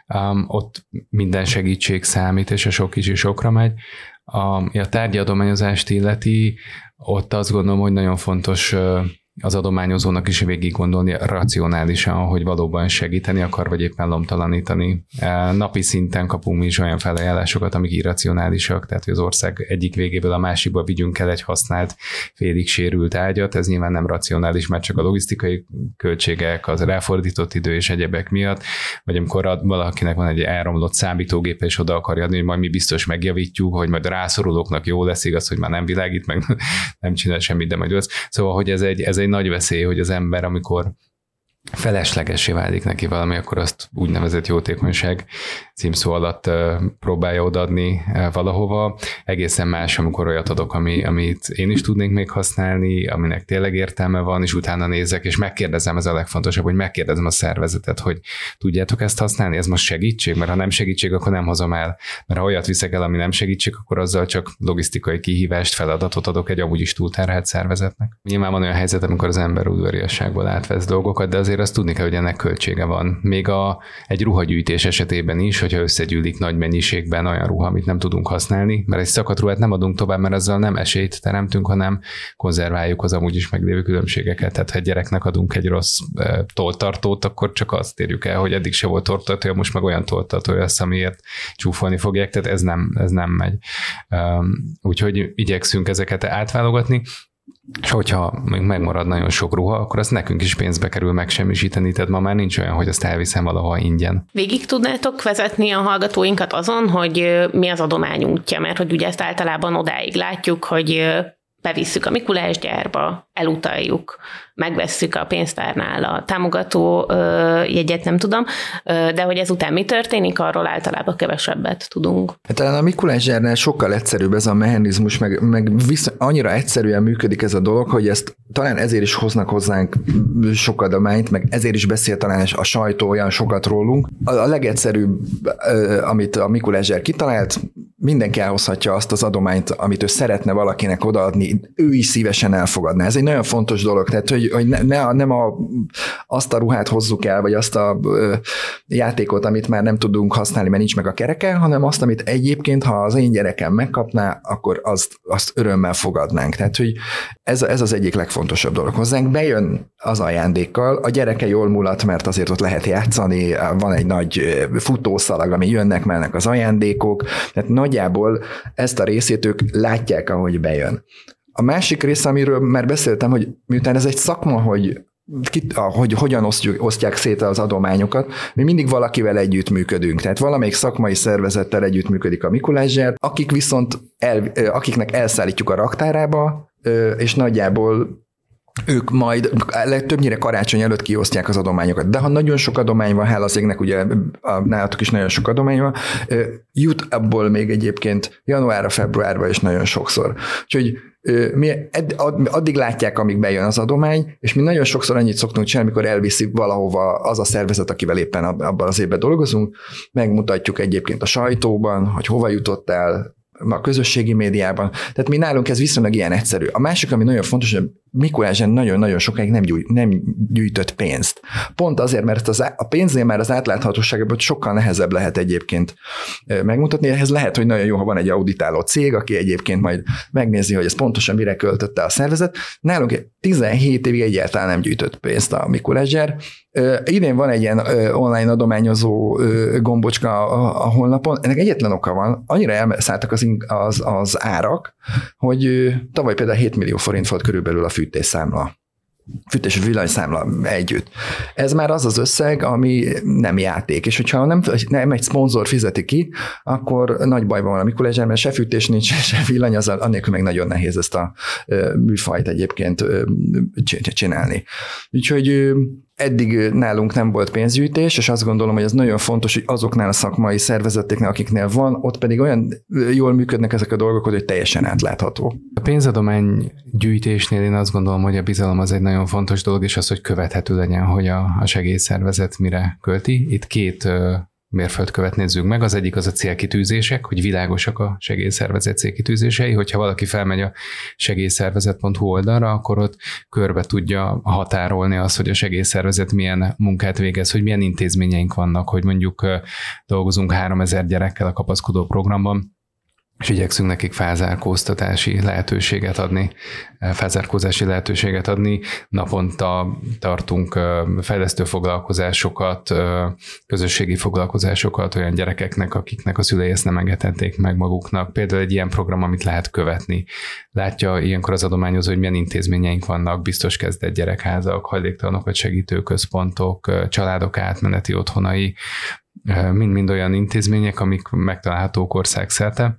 ott minden segítség számít, és a sok kicsi sokra megy. A, a tárgyi adományozást illeti, ott azt gondolom, hogy nagyon fontos az adományozónak is végig gondolni racionálisan, hogy valóban segíteni akar, vagy éppen lomtalanítani. Napi szinten kapunk mi is olyan felajánlásokat, amik irracionálisak, tehát hogy az ország egyik végéből a másikba vigyünk el egy használt, félig sérült ágyat, ez nyilván nem racionális, mert csak a logisztikai költségek, az ráfordított idő és egyebek miatt, vagy amikor valakinek van egy elromlott számítógépe, és oda akarja adni, hogy majd mi biztos megjavítjuk, hogy majd a rászorulóknak jó lesz, igaz, hogy már nem világít, meg nem csinál semmit, de majd lesz. Szóval, hogy ez egy, ez egy nagy veszély, hogy az ember, amikor feleslegessé válik neki valami, akkor azt úgynevezett jótékonyság címszó alatt próbálja odaadni valahova. Egészen más, amikor olyat adok, ami, amit én is tudnék még használni, aminek tényleg értelme van, és utána nézek, és megkérdezem, ez a legfontosabb, hogy megkérdezem a szervezetet, hogy tudjátok ezt használni, ez most segítség, mert ha nem segítség, akkor nem hozom el. Mert ha olyat viszek el, ami nem segítség, akkor azzal csak logisztikai kihívást, feladatot adok egy amúgy is túlterhelt szervezetnek. Nyilván van olyan helyzet, amikor az ember udvariasságból átvesz dolgokat, de azért azért azt tudni kell, hogy ennek költsége van. Még a, egy ruhagyűjtés esetében is, hogyha összegyűlik nagy mennyiségben olyan ruha, amit nem tudunk használni, mert egy szakadt ruhát nem adunk tovább, mert azzal nem esélyt teremtünk, hanem konzerváljuk az amúgy is meglévő különbségeket. Tehát ha egy gyereknek adunk egy rossz e, tolltartót, akkor csak azt érjük el, hogy eddig se volt tolltartója, most meg olyan tolltartója lesz, amiért csúfolni fogják, tehát ez nem, ez nem megy. Um, úgyhogy igyekszünk ezeket átválogatni, és hogyha még megmarad nagyon sok ruha, akkor azt nekünk is pénzbe kerül megsemmisíteni, tehát ma már nincs olyan, hogy azt elviszem valahol ingyen. Végig tudnátok vezetni a hallgatóinkat azon, hogy mi az adomány útja, mert hogy ugye ezt általában odáig látjuk, hogy bevisszük a Mikulás gyárba, elutaljuk, megvesszük a pénztárnál a támogató ö, jegyet, nem tudom, ö, de hogy ezután mi történik, arról általában kevesebbet tudunk. Hát talán a Mikulás gyárnál sokkal egyszerűbb ez a mechanizmus, meg, meg visz, annyira egyszerűen működik ez a dolog, hogy ezt talán ezért is hoznak hozzánk sok adományt, meg ezért is beszél talán a sajtó olyan sokat rólunk. A, a legegyszerűbb, ö, amit a Mikulás gyár kitalált, mindenki elhozhatja azt az adományt, amit ő szeretne valakinek odaadni, ő is szívesen elfogadná. Ez egy nagyon fontos dolog, tehát hogy, hogy ne, ne, nem a, azt a ruhát hozzuk el, vagy azt a ö, játékot, amit már nem tudunk használni, mert nincs meg a kereke, hanem azt, amit egyébként, ha az én gyerekem megkapná, akkor azt, azt örömmel fogadnánk. Tehát, hogy ez, ez az egyik legfontosabb dolog. Hozzánk bejön az ajándékkal, a gyereke jól mulat, mert azért ott lehet játszani, van egy nagy futószalag, ami jönnek, mennek az ajándékok, tehát nagyjából ezt a részét ők látják, ahogy bejön. A másik része, amiről már beszéltem, hogy miután ez egy szakma, hogy, hogy hogyan osztjuk, osztják szét az adományokat, mi mindig valakivel együttműködünk. Tehát valamelyik szakmai szervezettel együttműködik a Mikulás gyár, akik viszont el, akiknek elszállítjuk a raktárába, és nagyjából ők majd többnyire karácsony előtt kiosztják az adományokat. De ha nagyon sok adomány van, hála az égnek, ugye nálatok is nagyon sok adomány van, jut abból még egyébként januárra, februárba is nagyon sokszor. Úgyhogy mi addig látják, amíg bejön az adomány, és mi nagyon sokszor annyit szoktunk csinálni, amikor elviszik valahova az a szervezet, akivel éppen abban az évben dolgozunk, megmutatjuk egyébként a sajtóban, hogy hova jutott el, a közösségi médiában. Tehát mi nálunk ez viszonylag ilyen egyszerű. A másik, ami nagyon fontos, hogy Mikulás nagyon-nagyon sokáig nem, gyújt, nem gyűjtött pénzt. Pont azért, mert az, a pénznél már az átláthatóságban sokkal nehezebb lehet egyébként megmutatni. Ehhez lehet, hogy nagyon jó, ha van egy auditáló cég, aki egyébként majd megnézi, hogy ez pontosan mire költötte a szervezet. Nálunk tizenhét évig egyáltalán nem gyűjtött pénzt a Mikulás gyár. Idén van egy ilyen online adományozó gombocska a, a honlapon. Ennek egyetlen oka van. Annyira elszálltak az, az, az árak, hogy tavaly például hét millió forint volt körülbelül a fűtésszámla. Fűtés és villanyszámla együtt. Ez már az az összeg, ami nem játék, és hogyha nem, nem egy szponzor fizeti ki, akkor nagy bajban van a Mikulás gyár, mert se fűtés nincs, se villany, az annélkül meg nagyon nehéz ezt a műfajt egyébként csinálni. Úgyhogy eddig nálunk nem volt pénzgyűjtés, és azt gondolom, hogy ez nagyon fontos, hogy azoknál a szakmai szervezeteknél, akiknél van, ott pedig olyan jól működnek ezek a dolgok, hogy teljesen átlátható. A pénzadomány gyűjtésnél én azt gondolom, hogy a bizalom az egy nagyon fontos dolog, és az, hogy követhető legyen, hogy a, a segélyszervezet mire költi. Itt két mérföldkövet nézzük meg. Az egyik az a célkitűzések, hogy világosak a segélyszervezet célkitűzései. Hogyha valaki felmegy a segélyszervezet pont hu oldalra, akkor ott körbe tudja határolni azt, hogy a segélyszervezet milyen munkát végez, hogy milyen intézményeink vannak, hogy mondjuk dolgozunk háromezer gyerekkel a kapaszkodó programban, és igyekszünk nekik felzárkóztatási lehetőséget adni, felzárkózási lehetőséget adni. Naponta tartunk fejlesztő foglalkozásokat, közösségi foglalkozásokat olyan gyerekeknek, akiknek a szülei ezt nem engedhették meg maguknak. Például egy ilyen program, amit lehet követni. Látja ilyenkor az adományozó, hogy milyen intézményeink vannak, biztos kezdett gyerekházak, hajléktalanokat segítő központok, családok átmeneti otthonai, mind-mind olyan intézmények, amik megtalálhatók országszerte,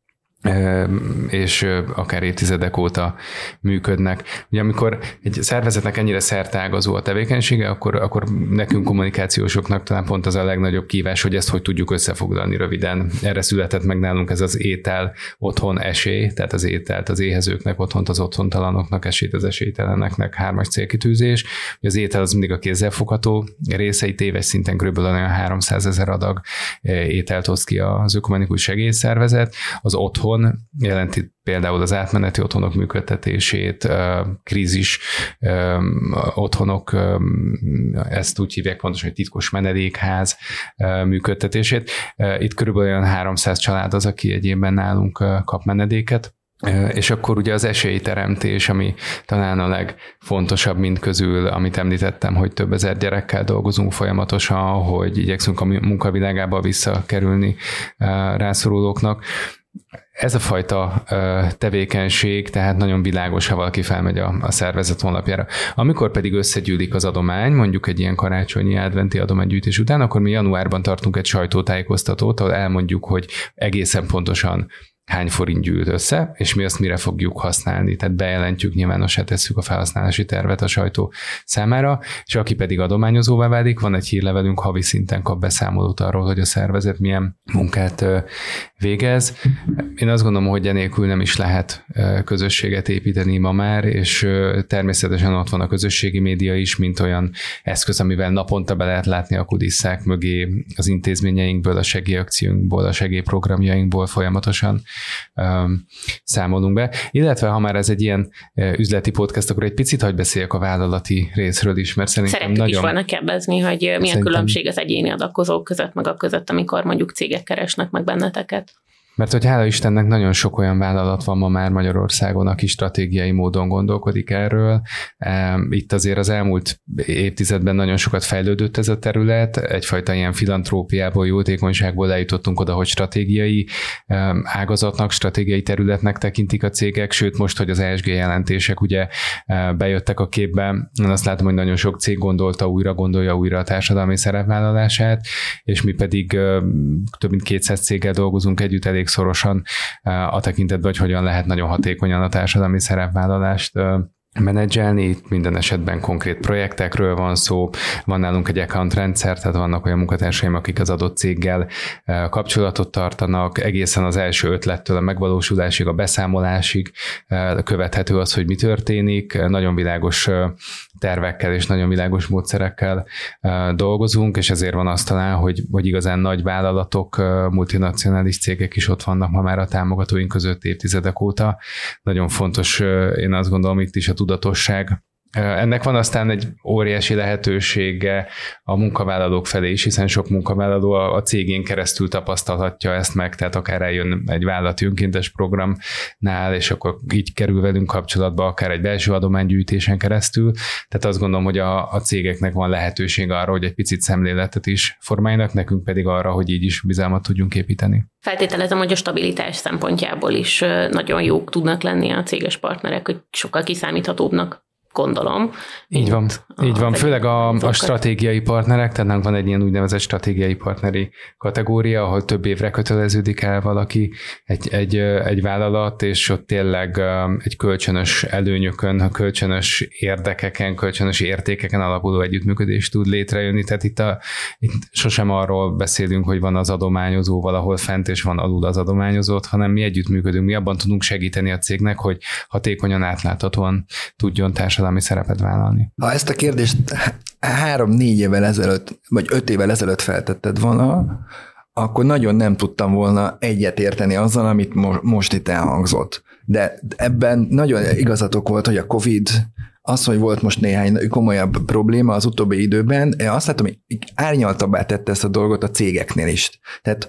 és akár évtizedek óta működnek. Ugye amikor egy szervezetnek ennyire szerteágazó a tevékenysége, akkor, akkor nekünk kommunikációsoknak talán pont az a legnagyobb kívás, hogy ezt hogy tudjuk összefoglalni röviden. Erre született meg nálunk ez az étel otthon esély, tehát az ételt az éhezőknek, otthont az otthontalanoknak, esélyt az esélyteleneknek, hármas célkitűzés. Az étel az mindig a kézzelfogható részeit éves szinten kb. Olyan háromszázezer adag ételt oszt ki az ökumenikus segélyszervezet. Az otthon otthon jelenti például az átmeneti otthonok működtetését, krízis otthonok, ezt úgy hívják pontosan, hogy titkos menedékház működtetését. Itt körülbelül olyan háromszáz család az, aki egyébben nálunk kap menedéket. És akkor ugye az esélyteremtés, ami talán a legfontosabb mind közül, amit említettem, hogy több ezer gyerekkel dolgozunk folyamatosan, hogy igyekszünk a munkavilágába visszakerülni rászorulóknak. Ez a fajta tevékenység, tehát nagyon világos, ha valaki felmegy a, a szervezet honlapjára. Amikor pedig összegyűlik az adomány, mondjuk egy ilyen karácsonyi adventi adománygyűjtés után, akkor mi januárban tartunk egy sajtótájékoztatót, ahol elmondjuk, hogy egészen pontosan hány forint gyűlt össze, és mi azt mire fogjuk használni. Tehát bejelentjük, nyilvánossá tesszük a felhasználási tervet a sajtó számára, és aki pedig adományozóvá válik, van egy hírlevelünk, havi szinten kap beszámolót arról, hogy a szervezet milyen munkát végez. Én azt gondolom, hogy enélkül nem is lehet közösséget építeni ma már, és természetesen ott van a közösségi média is, mint olyan eszköz, amivel naponta be lehet látni a kulisszák mögé az intézményeinkből, a segélyakcióinkból, a segélyprogramjainkból folyamatosan számolunk be. Illetve, ha már ez egy ilyen üzleti podcast, akkor egy picit hagy beszéljek a vállalati részről is, mert szerintem Szerettük nagyon... is volna kérdezni, hogy milyen szerintem... különbség az egyéni adakozók között, meg a között, amikor mondjuk cégek keresnek meg benneteket. Mert hogy hála Istennek nagyon sok olyan vállalat van ma már Magyarországon, aki stratégiai módon gondolkodik erről. Itt azért az elmúlt évtizedben nagyon sokat fejlődött ez a terület, egyfajta ilyen filantrópiából, jótékonyságból eljutottunk oda, hogy stratégiai ágazatnak, stratégiai területnek tekintik a cégek, sőt most, hogy az E S G jelentések ugye bejöttek a képbe, én azt látom, hogy nagyon sok cég gondolta újra, gondolja újra a társadalmi szerepvállalását, és mi pedig több mint kétszáz céggel dolgozunk együtt elég szorosan a tekintetben, hogy hogyan lehet nagyon hatékonyan a társadalmi szerepvállalást menedzselni. Itt minden esetben konkrét projektekről van szó, van nálunk egy account rendszer, tehát vannak olyan munkatársaim, akik az adott céggel kapcsolatot tartanak, egészen az első ötlettől a megvalósulásig, a beszámolásig követhető az, hogy mi történik, nagyon világos tervekkel és nagyon világos módszerekkel dolgozunk, és ezért van azt talán, hogy, hogy igazán nagy vállalatok, multinacionális cégek is ott vannak ma már a támogatóink között évtizedek óta. Nagyon fontos, én azt gondolom, itt is a tudatosság. Ennek van aztán egy óriási lehetősége a munkavállalók felé is, hiszen sok munkavállaló a cégén keresztül tapasztalhatja ezt meg, tehát akár eljön egy vállalati önkéntes programnál, és akkor így kerül velünk kapcsolatba, akár egy belső adománygyűjtésen keresztül. Tehát azt gondolom, hogy a, a cégeknek van lehetőség arra, hogy egy picit szemléletet is formáljanak, nekünk pedig arra, hogy így is bizalmat tudjunk építeni. Feltételezem, hogy a stabilitás szempontjából is nagyon jók tudnak lenni a céges partnerek, hogy sokkal kiszámíthatóbbnak, gondolom. Így van, így van. Főleg a, a stratégiai partnerek, tehát van egy ilyen úgynevezett stratégiai partneri kategória, ahol több évre köteleződik el valaki, egy, egy, egy vállalat, és ott tényleg egy kölcsönös előnyökön, kölcsönös érdekeken, kölcsönös értékeken alapuló együttműködés tud létrejönni. Tehát itt, a, itt sosem arról beszélünk, hogy van az adományozó valahol fent, és van alul az adományozót, hanem mi együttműködünk, mi abban tudunk segíteni a cégnek, hogy hatékonyan, átláthatóan tudjon társadalmi szerepet vállalni. Ha ezt a kérdést három-négy évvel ezelőtt, vagy öt évvel ezelőtt feltetted volna, akkor nagyon nem tudtam volna egyet érteni azzal, amit mo- most itt elhangzott. De ebben nagyon igazatok volt, hogy a Covid, az, hogy volt most néhány komolyabb probléma az utóbbi időben, azt látom, hogy árnyaltabbá tette ezt a dolgot a cégeknél is. Tehát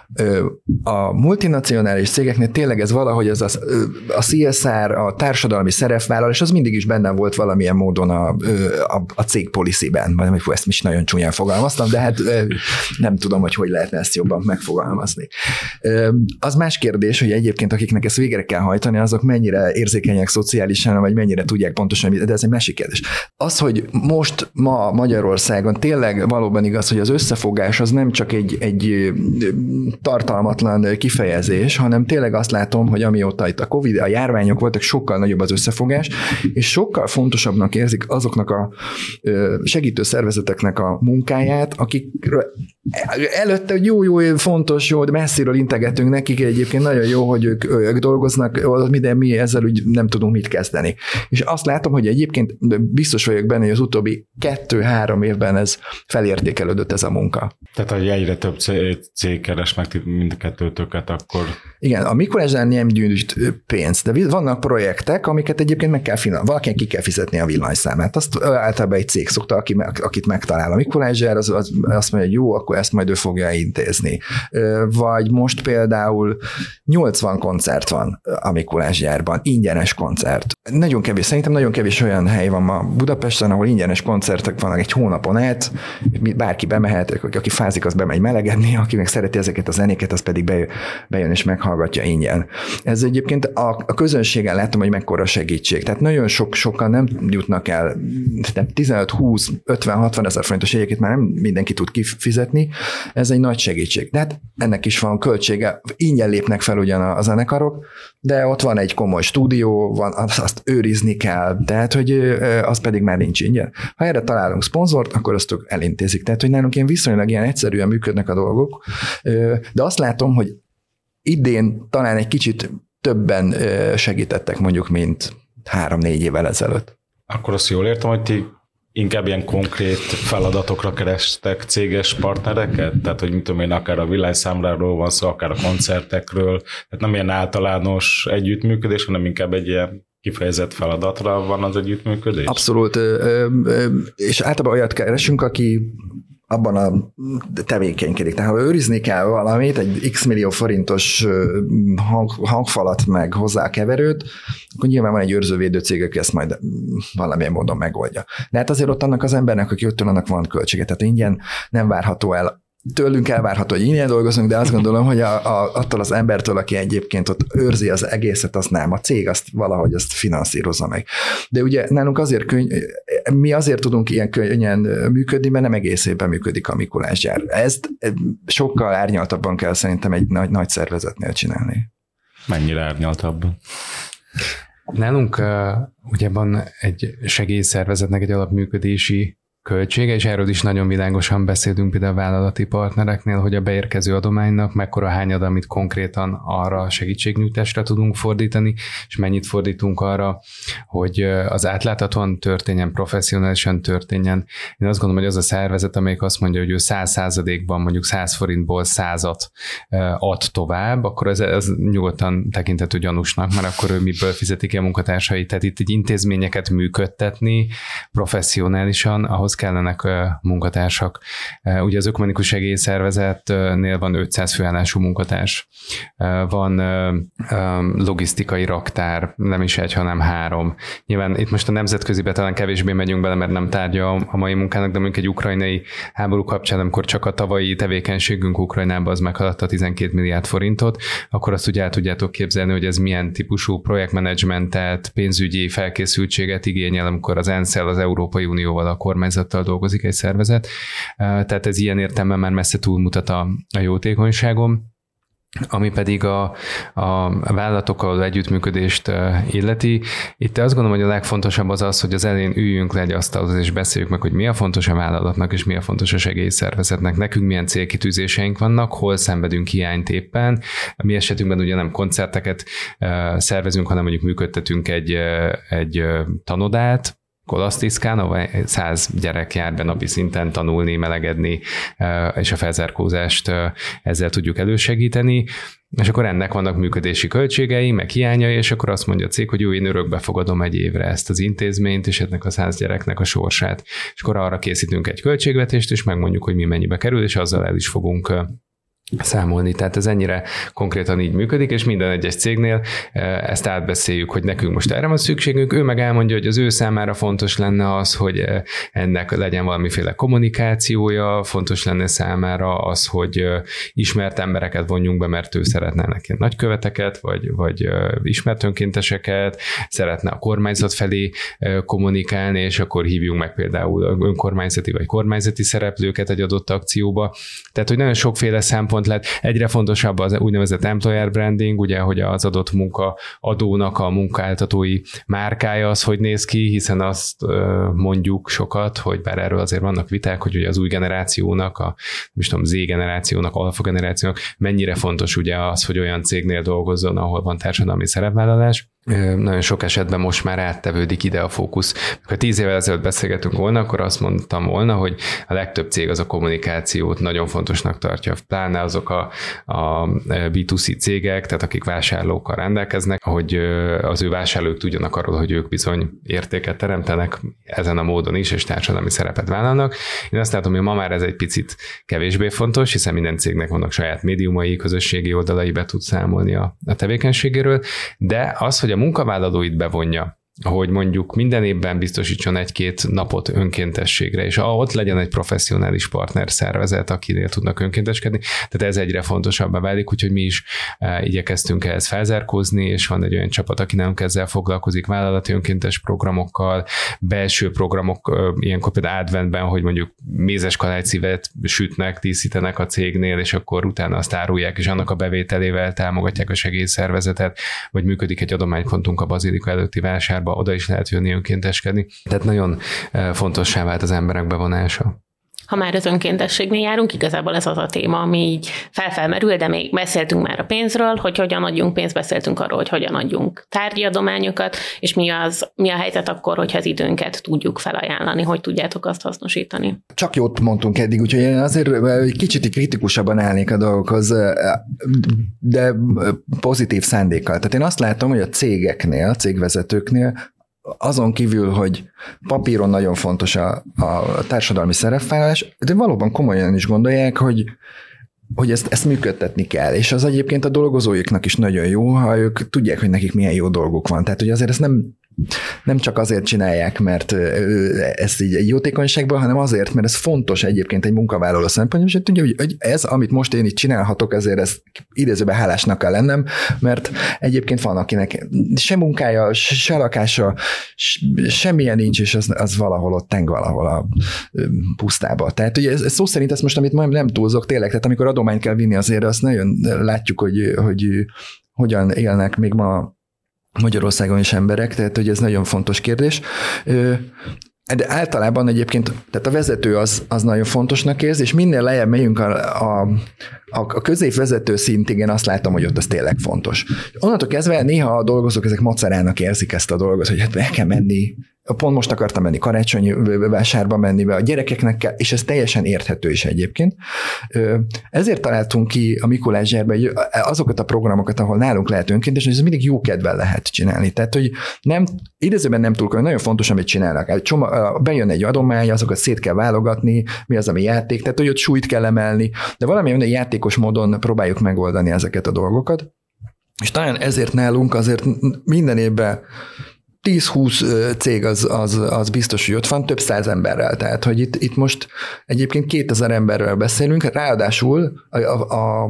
a multinacionális cégeknél tényleg ez valahogy ez a, a C S R, a társadalmi szerepvállalás, az mindig is benne volt valamilyen módon a, a, a cég policyben, vagy ezt is nagyon csúnyán fogalmaztam, de hát nem tudom, hogy hogy lehetne ezt jobban megfogalmazni. Az más kérdés, hogy egyébként akiknek ezt végre kell hajtani, azok mennyire érzékenyek szociálisan, vagy mennyire tudják pontosan, de ez egy másik kérdés. Az, hogy most ma Magyarországon tényleg valóban igaz, hogy az összefogás az nem csak egy, egy tartalmatlan kifejezés, hanem tényleg azt látom, hogy amióta itt a Covid, a járványok voltak, sokkal nagyobb az összefogás, és sokkal fontosabbnak érzik azoknak a segítő szervezeteknek a munkáját, akik előtte, hogy jó, jó, fontos, jó, de messziről integetünk nekik, egyébként nagyon jó, hogy ők, ők dolgoznak, de mi ezzel úgy nem tudunk mit kezdeni. És azt látom, hogy egyébként biztos vagyok benne, hogy az utóbbi kettő-három évben ez felértékelődött ez a munka. Tehát, hogy egyre több cég keres meg meg mindkettőtöket, akkor... Igen, a Mikulásnál nem gyűjt pénzt, de vannak projektek, amiket egyébként meg kell finanszírozni. Valakinek ki kell fizetni a villanyszámát. Azt általában egy cég szokta, aki, akit megtalál a Mikulásgyár, az, az azt mondja, hogy jó, akkor ezt majd ő fogja intézni. Vagy most például nyolcvan koncert van a Mikulásgyárban, ingyenes koncert. Nagyon kevés, szerintem nagyon kevés olyan hely van ma Budapesten, ahol ingyenes koncertek vannak egy hónapon át, bárki bemehet, aki fázik, az bemegy melegedni, aki meg szereti ezeket a zenéket, az pedig bejön és meghallgatja ingyen. Ez egyébként a, a közönségen látom, hogy mekkora segítség. Tehát nagyon sok, sokan nem jutnak el, tizenöt, húsz, ötven, hatvan ezer forintos jegyeket már nem mindenki tud kifizetni, ez egy nagy segítség. De hát ennek is van költsége, ingyen lépnek fel ugyan a zenekarok, de ott van egy komoly stúdió, van, azt őrizni kell, tehát hogy az pedig már nincs ingyen. Ha erre találunk szponzort, akkor azt ők elintézik. Tehát, hogy nálunk ilyen viszonylag ilyen egyszerűen működnek a dolgok, de azt látom, hogy idén talán egy kicsit többen segítettek mondjuk, mint három-négy évvel ezelőtt. Akkor azt jól értem, hogy ti inkább ilyen konkrét feladatokra kerestek céges partnereket? Tehát, hogy mit tudom én, akár a villanyszámláról van szó, akár a koncertekről, tehát nem ilyen általános együttműködés, hanem inkább egy ilyen kifejezett feladatra van az együttműködés? Abszolút, és általában olyat keresünk, aki abban a tevékenykedik. Tehát ha őrizni kell valamit, egy x millió forintos hang, hangfalat meg hozzá keverőt, akkor nyilván van egy őrzővédő cég, aki ezt majd valamilyen módon megoldja. De hát azért ott annak az embernek, aki ott annak van költsége. Tehát ingyen nem várható el. Tőlünk elvárható, hogy ingyen dolgozunk, de azt gondolom, hogy a, a, attól az embertől, aki egyébként ott őrzi az egészet, az nem. A cég azt valahogy azt finanszírozza meg. De ugye nálunk azért könny, mi azért tudunk ilyen könnyen működni, mert nem egész évben működik a Mikulásgyár. Ezt sokkal árnyaltabban kell szerintem egy nagy, nagy szervezetnél csinálni. Mennyire árnyaltabban? Nálunk uh, ugye van egy segélyszervezetnek egy alapműködési költsége, és erről is nagyon világosan beszélünk például a vállalati partnereknél, hogy a beérkező adománynak mekkora hányad, amit konkrétan arra a segítségnyújtásra tudunk fordítani, és mennyit fordítunk arra, hogy az átláthatóan történjen, professzionálisan történjen. Én azt gondolom, hogy az a szervezet, amelyik azt mondja, hogy ő száz százalékban mondjuk száz forintból százat ad tovább, akkor ez, ez nyugodtan tekinthető gyanúsnak, mert akkor ő miből fizetik ki a munkatársait. Tehát itt egy intézményeket működtetni professzionálisan, ahhoz kellenek munkatársak. Ugye az Ökumenikus Segélyszervezetnél van ötszáz főállású munkatárs, van logisztikai raktár, nem is egy, hanem három. Nyilván itt most a nemzetközibe talán kevésbé megyünk bele, mert nem tárgya a mai munkának, de mondjuk egy ukrajnai háború kapcsán, amikor csak a tavalyi tevékenységünk Ukrajnában az meghaladta tizenkét milliárd forintot, akkor azt ugye el tudjátok képzelni, hogy ez milyen típusú projektmenedzsmentet, pénzügyi felkészültséget igényel, amikor az ENSZ-el, az Európai Unióval, a kormányzat dolgozik egy szervezet, tehát ez ilyen értelemben már messze túlmutat a, a jótékonyságom. Ami pedig a, a vállalatokkal együttműködést illeti. Itt azt gondolom, hogy a legfontosabb az az, hogy az elején üljünk le egy asztalhoz, és beszéljük meg, hogy mi a fontos a vállalatnak, és mi a fontos a segélyszervezetnek. Nekünk milyen célkitűzéseink vannak, hol szenvedünk hiányt éppen. A mi esetünkben ugye nem koncerteket szervezünk, hanem mondjuk működtetünk egy, egy tanodát, Kolasztiszkán, ahol száz gyerek jár be napi szinten tanulni, melegedni, és a felzárkózást ezzel tudjuk elősegíteni, és akkor ennek vannak működési költségei, meg hiányai, és akkor azt mondja a cég, hogy jó, én örökbe fogadom egy évre ezt az intézményt, és ennek a száz gyereknek a sorsát. És akkor arra készítünk egy költségvetést, és megmondjuk, hogy mi mennyibe kerül, és azzal el is fogunk számolni. Tehát ez ennyire konkrétan így működik, és minden egyes cégnél ezt átbeszéljük, hogy nekünk most erre van szükségünk, ő meg elmondja, hogy az ő számára fontos lenne az, hogy ennek legyen valamiféle kommunikációja, fontos lenne számára az, hogy ismert embereket vonjunk be, mert ő szeretne ennek ilyen nagyköveteket, vagy, vagy ismert önkénteseket, szeretne a kormányzat felé kommunikálni, és akkor hívjunk meg például önkormányzati vagy kormányzati szereplőket egy adott akcióba. Tehát, hogy nagyon sokféle szempont lehet. Egyre fontosabb az úgynevezett employer branding, ugye, hogy az adott munkaadónak a munkáltatói márkája az, hogy néz ki, hiszen azt mondjuk sokat, hogy bár erről azért vannak viták, hogy ugye az új generációnak, a most tudom, Z generációnak, alfa generációnak mennyire fontos ugye az, hogy olyan cégnél dolgozzon, ahol van társadalmi szerepvállalás. nagyon sok esetben most már áttevődik ide a fókusz. Ha tíz évvel ezelőtt beszélgetünk volna, akkor azt mondtam volna, hogy a legtöbb cég az a kommunikációt nagyon fontosnak tartja. Pláne azok a, a bé kettő cé cégek, tehát akik vásárlókkal rendelkeznek, hogy az ő vásárlók tudjanak arról, hogy ők bizony értéket teremtenek ezen a módon is, és társadalmi szerepet vállalnak. Én azt látom, hogy ma már ez egy picit kevésbé fontos, hiszen minden cégnek vannak saját médiumai, közösségi oldalai, be tud számolni a, a tevékenységéről, de az, hogy a munkavállalóit bevonja, hogy mondjuk minden évben biztosítson egy-két napot önkéntességre, és ott legyen egy professzionális partner szervezet, akinél tudnak önkénteskedni. Tehát ez egyre fontosabbá válik, úgyhogy mi is igyekeztünk ehhez felzárkózni, és van egy olyan csapat, aki nálunk ezzel foglalkozik, vállalati önkéntes programokkal, belső programok, ilyenkor például adventben, hogy mondjuk mézes kalácszívet sütnek, díszítenek a cégnél, és akkor utána azt árulják, és annak a bevételével támogatják a segélyszervezetet, vagy működik egy adománypontunk a Bazilika előtti vásárban, oda is lehet jönni önkénteskedni. Tehát nagyon fontossá vált az emberek bevonása. Ha már az önkéntességnél járunk, igazából ez az a téma, ami így felfelmerül, de még beszéltünk már a pénzről, hogy hogyan adjunk pénzt, beszéltünk arról, hogy hogyan adjunk tárgyi adományokat, és mi, az, mi a helyzet akkor, hogyha az időnket tudjuk felajánlani, hogy tudjátok azt hasznosítani. Csak jót mondtunk eddig, úgyhogy én azért egy kicsit kritikusabban állnék a dolgokhoz, de pozitív szándékkal. Tehát én azt látom, hogy a cégeknél, a cégvezetőknél azon kívül, hogy papíron nagyon fontos a, a társadalmi szerepvállalás, de valóban komolyan is gondolják, hogy, hogy ezt, ezt működtetni kell, és az egyébként a dolgozóiknak is nagyon jó, ha ők tudják, hogy nekik milyen jó dolguk van. Tehát, hogy azért ezt nem, nem csak azért csinálják, mert ez így egy jótékonyságban, hanem azért, mert ez fontos egyébként egy munkavállaló szempontjából, és tudja, hogy ez, amit most én itt csinálhatok, ezért ez idézőben hálásnak kell lennem, mert egyébként van, akinek se munkája, se lakása, semmilyen nincs, és az, az valahol ott teng valahol a pusztába. Tehát ugye ez, ez szó szerint ezt most, amit majd nem túlzok tényleg, tehát amikor adományt kell vinni, azért azt nagyon látjuk, hogy, hogy hogyan élnek még ma Magyarországon is emberek, tehát hogy ez nagyon fontos kérdés. De általában egyébként, tehát a vezető az, az nagyon fontosnak érzi, és minél lejjebb megyünk a, a, a középvezető szintig, én azt látom, hogy ott az tényleg fontos. Onnantól kezdve néha a dolgozók ezek macerának érzik ezt a dolgot, hogy hát el kell menni, pont most akartam menni karácsonyi vásárba menni be a gyerekeknek kell, és ez teljesen érthető is egyébként. Ezért találtunk ki a Mikulás zsárban azokat a programokat, ahol nálunk lehet önkéntes, és ez mindig jó kedvel lehet csinálni. Tehát, hogy nem, idézőben nem túl, nagyon fontos, amit csinálnak. Egy csoma, bejön egy adomány, azokat szét kell válogatni, mi az, ami játék, tehát, hogy ott súlyt kell emelni, de valamilyen játékos módon próbáljuk megoldani ezeket a dolgokat. És talán ezért nálunk azért minden évben tíz-húsz cég az, az, az biztos, hogy ott van, több száz emberrel. Tehát, hogy itt, itt most egyébként kétezer emberrel beszélünk, ráadásul a, a,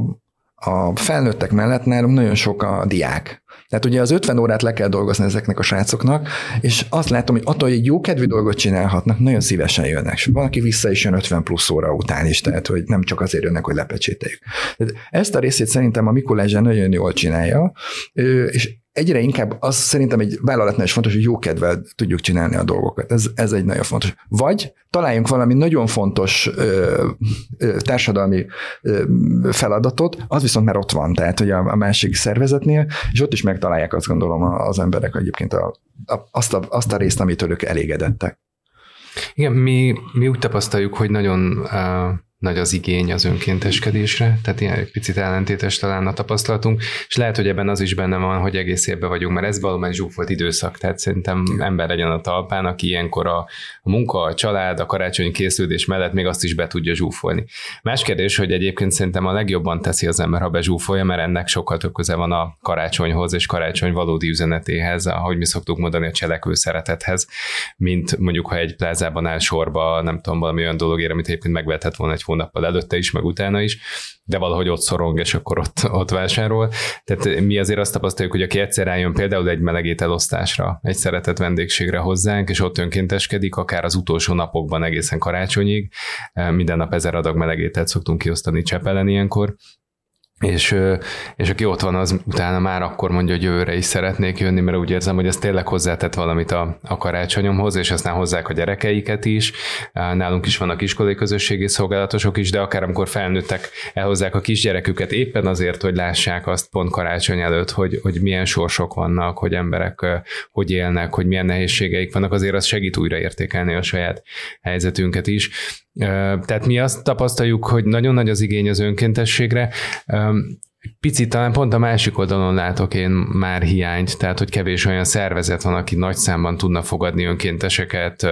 a felnőttek mellett nálunk nagyon sok a diák. Tehát ugye az ötven órát le kell dolgozni ezeknek a srácoknak, és azt látom, hogy attól, hogy egy jó kedvű dolgot csinálhatnak, nagyon szívesen jönnek. És van, aki vissza is jön ötven plusz óra után is, tehát hogy nem csak azért jönnek, hogy lepecsételjük. Ezt a részét szerintem a Mikulás nagyon jól csinálja, és egyre inkább az szerintem egy vállalatnál is fontos, hogy jó kedvel tudjuk csinálni a dolgokat. Ez, ez egy nagyon fontos. Vagy találjunk valami nagyon fontos ö, ö, társadalmi ö, feladatot, az viszont már ott van, tehát hogy a, a másik szervezetnél, és ott is megtalálják, azt gondolom, az emberek egyébként a, a, azt, a, azt a részt, amitől ők elégedettek. Igen, mi, mi úgy tapasztaljuk, hogy nagyon uh... nagy az igény az önkénteskedésre, tehát ilyen egy picit ellentétes talán a tapasztalatunk, és lehet, hogy ebben az is benne van, hogy egész évben vagyunk, mert ez valóban egy zsúfolt időszak, tehát szerintem ember legyen a talpán, aki ilyenkor a, a munka, a család, a karácsonyi készülés mellett még azt is be tudja zsúfolni. Más kérdés, hogy egyébként szerintem a legjobban teszi az ember, ha bezsúfolja, mert ennek sokkal több köze van a karácsonyhoz, és karácsony valódi üzenetéhez, ahogy mi szoktuk mondani, a cselekvő szeretethez, mint mondjuk, ha egy plázában áll sorba, nem tudom, valami olyan dologért, amit egyébként megvehetett volna egy hónappal előtte is, meg utána is, de valahogy ott szorong, és akkor ott, ott vásárol. Tehát mi azért azt tapasztaljuk, hogy aki egyszer rájön például egy melegételosztásra, egy szeretett vendégségre hozzánk, és ott önkénteskedik, akár az utolsó napokban egészen karácsonyig, minden nap ezer adag melegételt szoktunk kiosztani Csepelen ilyenkor, És, és aki ott van, az utána már akkor mondja, hogy jövőre is szeretnék jönni, mert úgy érzem, hogy ez tényleg hozzátett valamit a, a karácsonyomhoz, és aztán hozzák a gyerekeiket is. Nálunk is vannak iskolai közösségi szolgálatosok is, de akár amikor felnőttek, elhozzák a kisgyereküket éppen azért, hogy lássák azt pont karácsony előtt, hogy, hogy milyen sorsok vannak, hogy emberek hogy élnek, hogy milyen nehézségeik vannak, azért az segít újra értékelni a saját helyzetünket is. Tehát mi azt tapasztaljuk, hogy nagyon nagy az igény az önkéntességre. Picit talán pont a másik oldalon látok én már hiányt, tehát hogy kevés olyan szervezet van, aki nagy számban tudna fogadni önkénteseket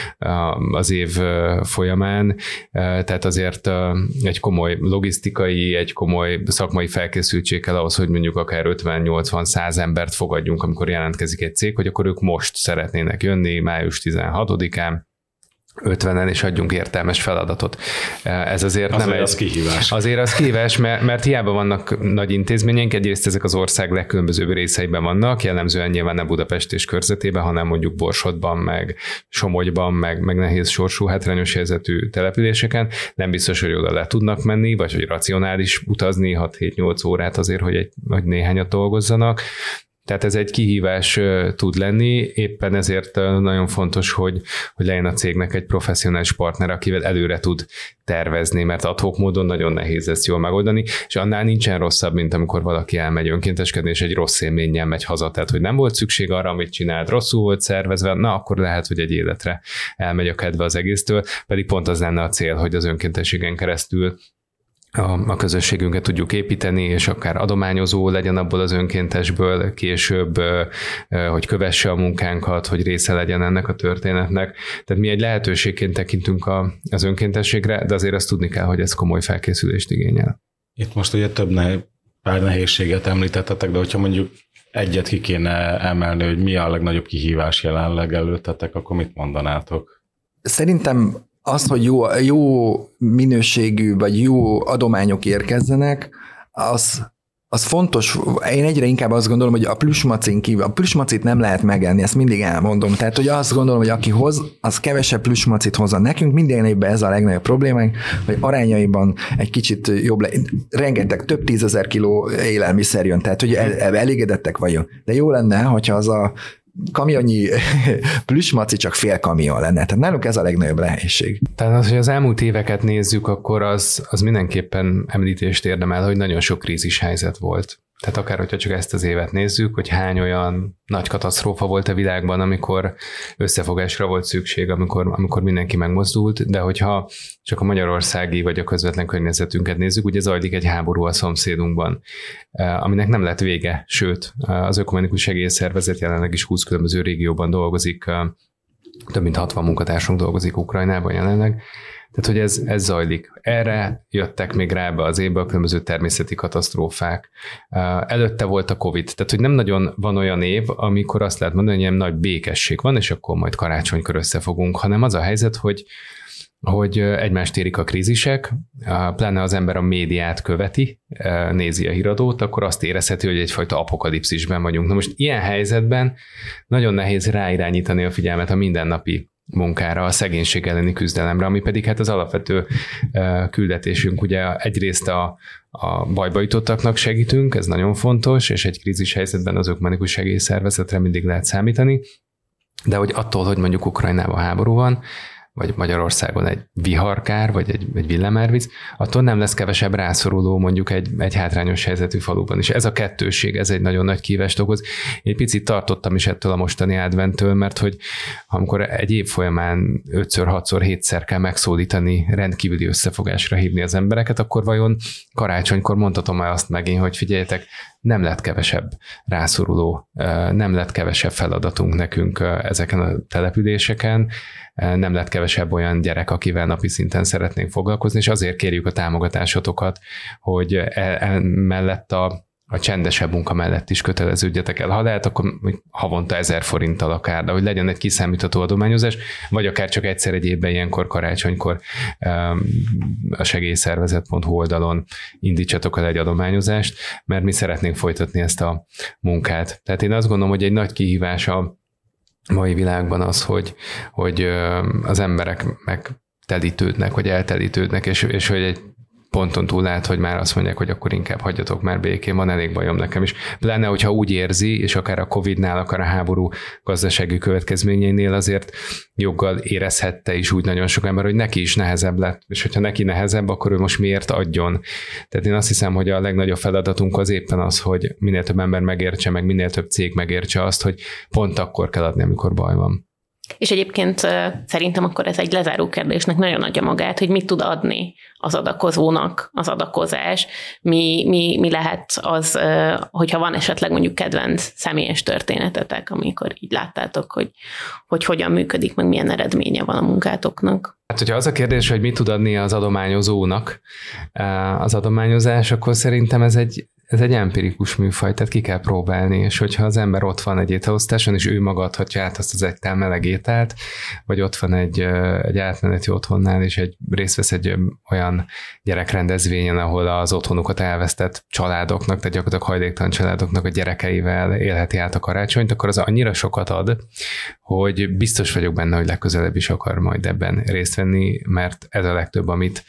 az év folyamán, tehát azért egy komoly logisztikai, egy komoly szakmai felkészültség kell ahhoz, hogy mondjuk akár ötven-nyolcvan-száz embert fogadjunk, amikor jelentkezik egy cég, hogy akkor ők most szeretnének jönni május tizenhatodikán, ötvenen, és adjunk értelmes feladatot. Ez azért, azért nem az egy... kihívás. Azért az kihívás, mert, mert hiába vannak nagy intézményeink, egyrészt ezek az ország legkülönbözőbb részeiben vannak, jellemzően nyilván nem Budapest és körzetében, hanem mondjuk Borsodban, meg Somogyban, meg, meg nehéz sorsú, hátrányos helyzetű településeken. Nem biztos, hogy oda le tudnak menni, vagy hogy racionális utazni hat-hét-nyolc órát azért, hogy, egy, hogy néhányat dolgozzanak. Tehát ez egy kihívás tud lenni, éppen ezért nagyon fontos, hogy, hogy legyen a cégnek egy professzionális partner, akivel előre tud tervezni, mert ad hoc módon nagyon nehéz ezt jól megoldani, és annál nincsen rosszabb, mint amikor valaki elmegy önkénteskedni, és egy rossz élménnyel megy haza, tehát hogy nem volt szükség arra, amit csinált, rosszul volt szervezve, na akkor lehet, hogy egy életre elmegy a kedve az egésztől, pedig pont az lenne a cél, hogy az önkéntességen keresztül a, a közösségünket tudjuk építeni, és akár adományozó legyen abból az önkéntesből később, hogy kövesse a munkánkat, hogy része legyen ennek a történetnek. Tehát mi egy lehetőségként tekintünk a, az önkéntességre, de azért azt tudni kell, hogy ez komoly felkészülést igényel. Itt most ugye több ne, pár nehézséget említettetek, de hogyha mondjuk egyet ki kéne emelni, hogy mi a legnagyobb kihívás jelenleg előttetek, akkor mit mondanátok? Szerintem az, hogy jó, jó minőségű vagy jó adományok érkezzenek, az, az fontos. Én egyre inkább azt gondolom, hogy a plüsmacin kívül, a plüsmacit nem lehet megenni, ezt mindig elmondom. Tehát, hogy azt gondolom, hogy aki hoz, az kevesebb plüsmacit hozza. Nekünk minden évben ez a legnagyobb problémánk, hogy arányaiban egy kicsit jobb le. Rengeteg, több tízezer kiló élelmiszer jön, tehát, hogy el, elégedettek vagyunk. De jó lenne, hogyha az a kamionnyi plüsmaci csak fél kamion lenne. Tehát nálunk ez a legnagyobb nehézség. Tehát az, hogy az elmúlt éveket nézzük, akkor az, az mindenképpen említést érdemel, hogy nagyon sok krízis helyzet volt. Tehát akár, hogyha csak ezt az évet nézzük, hogy hány olyan nagy katasztrófa volt a világban, amikor összefogásra volt szükség, amikor, amikor mindenki megmozdult, de hogyha csak a magyarországi vagy a közvetlen környezetünket nézzük, ugye zajlik egy háború a szomszédunkban, aminek nem lett vége, sőt, az Ökumenikus Segélyszervezet jelenleg is húsz különböző régióban dolgozik, több mint hatvan munkatársunk dolgozik Ukrajnában jelenleg, tehát, hogy ez, ez zajlik. Erre jöttek még rá be az évben a különböző természeti katasztrófák. Előtte volt a Covid, tehát, hogy nem nagyon van olyan év, amikor azt lehet mondani, hogy ilyen nagy békesség van, és akkor majd karácsonykor összefogunk, hanem az a helyzet, hogy hogy egymást érik a krízisek, pláne az ember a médiát követi, nézi a híradót, akkor azt érezheti, hogy egyfajta apokalipszisben vagyunk. Na most ilyen helyzetben nagyon nehéz ráirányítani a figyelmet a mindennapi munkára, a szegénység elleni küzdelemre, ami pedig hát az alapvető küldetésünk. Ugye egyrészt a, a bajba jutottaknak segítünk, ez nagyon fontos, és egy krízis helyzetben az Ökumenikus Segélyszervezetre mindig lehet számítani, de hogy attól, hogy mondjuk Ukrajnában háború van, vagy Magyarországon egy viharkár, vagy egy, egy villámárvíz, attól nem lesz kevesebb rászoruló mondjuk egy, egy hátrányos helyzetű faluban is. Ez a kettősség, ez egy nagyon nagy kihívást okoz. Én picit tartottam is ettől a mostani adventtől, mert hogy amikor egy év folyamán ötször, hatszor, hétszer kell megszólítani, rendkívüli összefogásra hívni az embereket, akkor vajon karácsonykor mondhatom el azt megint, hogy figyeljetek, nem lett kevesebb rászoruló, nem lett kevesebb feladatunk nekünk ezeken a településeken, nem lett kevesebb olyan gyerek, akivel napi szinten szeretnénk foglalkozni, és azért kérjük a támogatásotokat, hogy mellett a, a csendesebb munka mellett is köteleződjetek el. Ha lehet, akkor havonta ezer forinttal akár, de hogy legyen egy kiszámítható adományozás, vagy akár csak egyszer egy évben, ilyenkor karácsonykor a segélyszervezet pont hu oldalon indítsatok el egy adományozást, mert mi szeretnénk folytatni ezt a munkát. Tehát én azt gondolom, hogy egy nagy kihívás a mai világban az, hogy, hogy az emberek megtelítődnek, vagy eltelítődnek, és, és hogy egy ponton túl lehet, hogy már azt mondják, hogy akkor inkább hagyjatok már békén, van elég bajom nekem is. Lenne, hogyha úgy érzi, és akár a Covidnál, akár a háború gazdasági következményeinél azért joggal érezhette is úgy nagyon sok ember, hogy neki is nehezebb lett, és hogyha neki nehezebb, akkor ő most miért adjon. Tehát én azt hiszem, hogy a legnagyobb feladatunk az éppen az, hogy minél több ember megértse, meg minél több cég megértse azt, hogy pont akkor kell adni, amikor baj van. És egyébként szerintem akkor ez egy lezáró kérdésnek nagyon adja magát, hogy mit tud adni az adakozónak az adakozás, mi, mi, mi lehet az, hogyha van esetleg mondjuk kedvenc személyes történetetek, amikor így láttátok, hogy, hogy hogyan működik, meg milyen eredménye van a munkátoknak. Hát, hogyha az a kérdés, hogy mit tud adni az adományozónak az adományozás, akkor szerintem ez egy Ez egy empirikus műfaj, tehát ki kell próbálni, és hogyha az ember ott van egy ételosztáson, és ő maga adhatja át azt az egy tál meleg ételt, vagy ott van egy, egy átmeneti otthonnál, és egy részt vesz egy olyan gyerekrendezvényen, ahol az otthonukat elvesztett családoknak, tehát gyakorlatilag hajléktalan családoknak a gyerekeivel élheti át a karácsonyt, akkor az annyira sokat ad, hogy biztos vagyok benne, hogy legközelebb is akar majd ebben részt venni, mert ez a legtöbb, amit,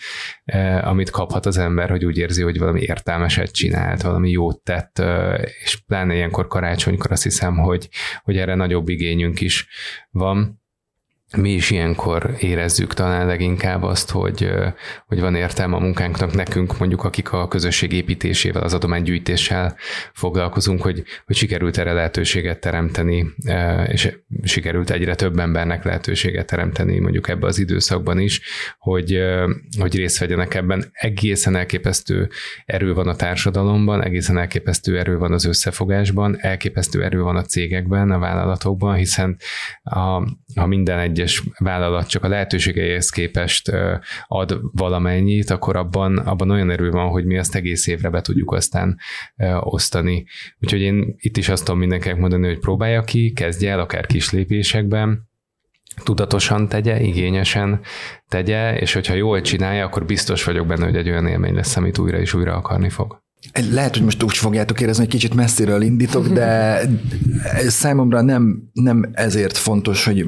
amit kaphat az ember, hogy úgy érzi, hogy valami értelmeset csinált, valami jót tett, és pláne ilyenkor karácsonykor azt hiszem, hogy, hogy erre nagyobb igényünk is van. Mi is ilyenkor érezzük talán leginkább azt, hogy, hogy van értelme a munkánknak nekünk, mondjuk akik a közösség építésével, az adománygyűjtéssel foglalkozunk, hogy, hogy sikerült erre lehetőséget teremteni, és sikerült egyre több embernek lehetőséget teremteni mondjuk ebbe az időszakban is, hogy, hogy részt vegyenek ebben. Egészen elképesztő erő van a társadalomban, egészen elképesztő erő van az összefogásban, elképesztő erő van a cégekben, a vállalatokban, hiszen a, ha minden egy egyes vállalat csak a lehetőségeihez képest ad valamennyit, akkor abban, abban olyan erő van, hogy mi azt egész évre be tudjuk aztán osztani. Úgyhogy én itt is azt tudom mindenkinek mondani, hogy próbálja ki, kezdje el akár kis lépésekben, tudatosan tegye, igényesen tegye, és hogyha jól csinálja, akkor biztos vagyok benne, hogy egy olyan élmény lesz, amit újra és újra akarni fog. Lehet, hogy most úgy fogjátok érezni, hogy kicsit messziről indítok, de számomra nem, nem ezért fontos, hogy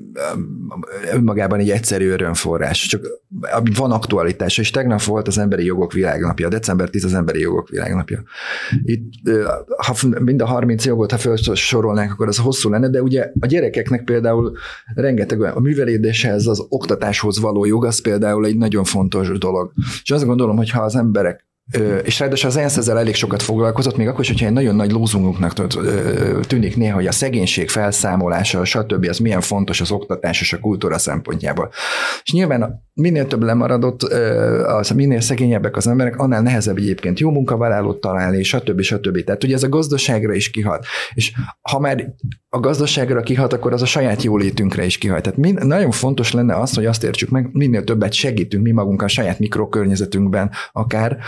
önmagában egy egyszerű örömforrás, csak van aktualitása, és tegnap volt az Emberi Jogok Világnapja, december tisodika az Emberi Jogok Világnapja. Itt, ha mind a harminc jogot, ha felsorolnánk, akkor az hosszú lenne, de ugye a gyerekeknek például rengeteg a művelődéshez, az oktatáshoz való jog, az például egy nagyon fontos dolog. És azt gondolom, hogy ha az emberek és ráadásul az ENSZ ezzel elég sokat foglalkozott, még akkor is, hogyha egy nagyon nagy lózungunknak tűnik néha, hogy a szegénység felszámolása, stb. Az milyen fontos az oktatás és a kultúra szempontjából. És nyilván minél több lemaradott, az, minél szegényebbek az emberek, annál nehezebb egyébként jó munkavállalót találni, stb. stb. Tehát ugye ez a gazdaságra is kihat. És ha már a gazdaságra kihat, akkor az a saját jólétünkre is kihat. Tehát min, nagyon fontos lenne az, hogy azt értsük meg, minél többet segítünk mi magunk a saját mikrokörnyezetünkben akár,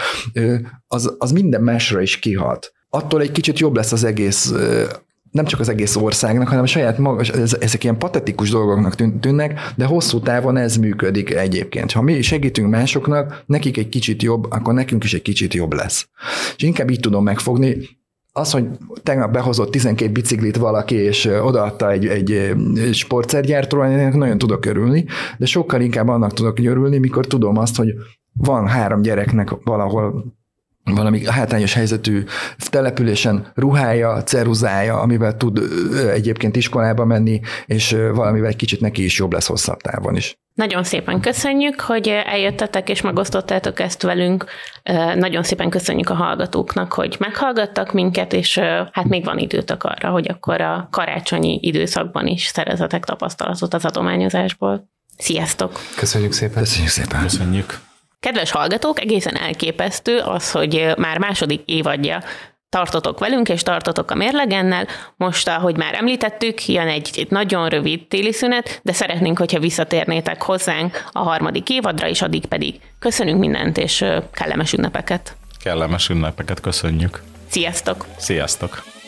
az, az minden másra is kihat. Attól egy kicsit jobb lesz az egész, nem csak az egész országnak, hanem a saját maga, ezek ilyen patetikus dolgoknak tűnnek, de hosszú távon ez működik egyébként. Ha mi segítünk másoknak, nekik egy kicsit jobb, akkor nekünk is egy kicsit jobb lesz. És inkább így tudom megfogni. Az, hogy tegnap behozott tizenkét biciklit valaki, és odaadta egy, egy sportszergyártóra, ennek nagyon tudok örülni, de sokkal inkább annak tudok örülni, mikor tudom azt, hogy van három gyereknek valahol valami hátrányos helyzetű településen ruhája, ceruzája, amivel tud egyébként iskolába menni, és valamivel egy kicsit neki is jobb lesz hosszabb távon is. Nagyon szépen köszönjük, hogy eljöttetek és megosztottátok ezt velünk. Nagyon szépen köszönjük a hallgatóknak, hogy meghallgattak minket, és hát még van időtök arra, hogy akkor a karácsonyi időszakban is szerezetek tapasztalatot az adományozásból. Sziasztok! Köszönjük szépen! Köszönjük szépen! Köszönjük! Kedves hallgatók, egészen elképesztő az, hogy már második évadja tartotok velünk, és tartotok a Mérlegennel. Most, ahogy már említettük, jön egy, egy nagyon rövid téli szünet, de szeretnénk, hogyha visszatérnétek hozzánk a harmadik évadra, és addig pedig köszönünk mindent, és kellemes ünnepeket. Kellemes ünnepeket köszönjük. Sziasztok! Sziasztok!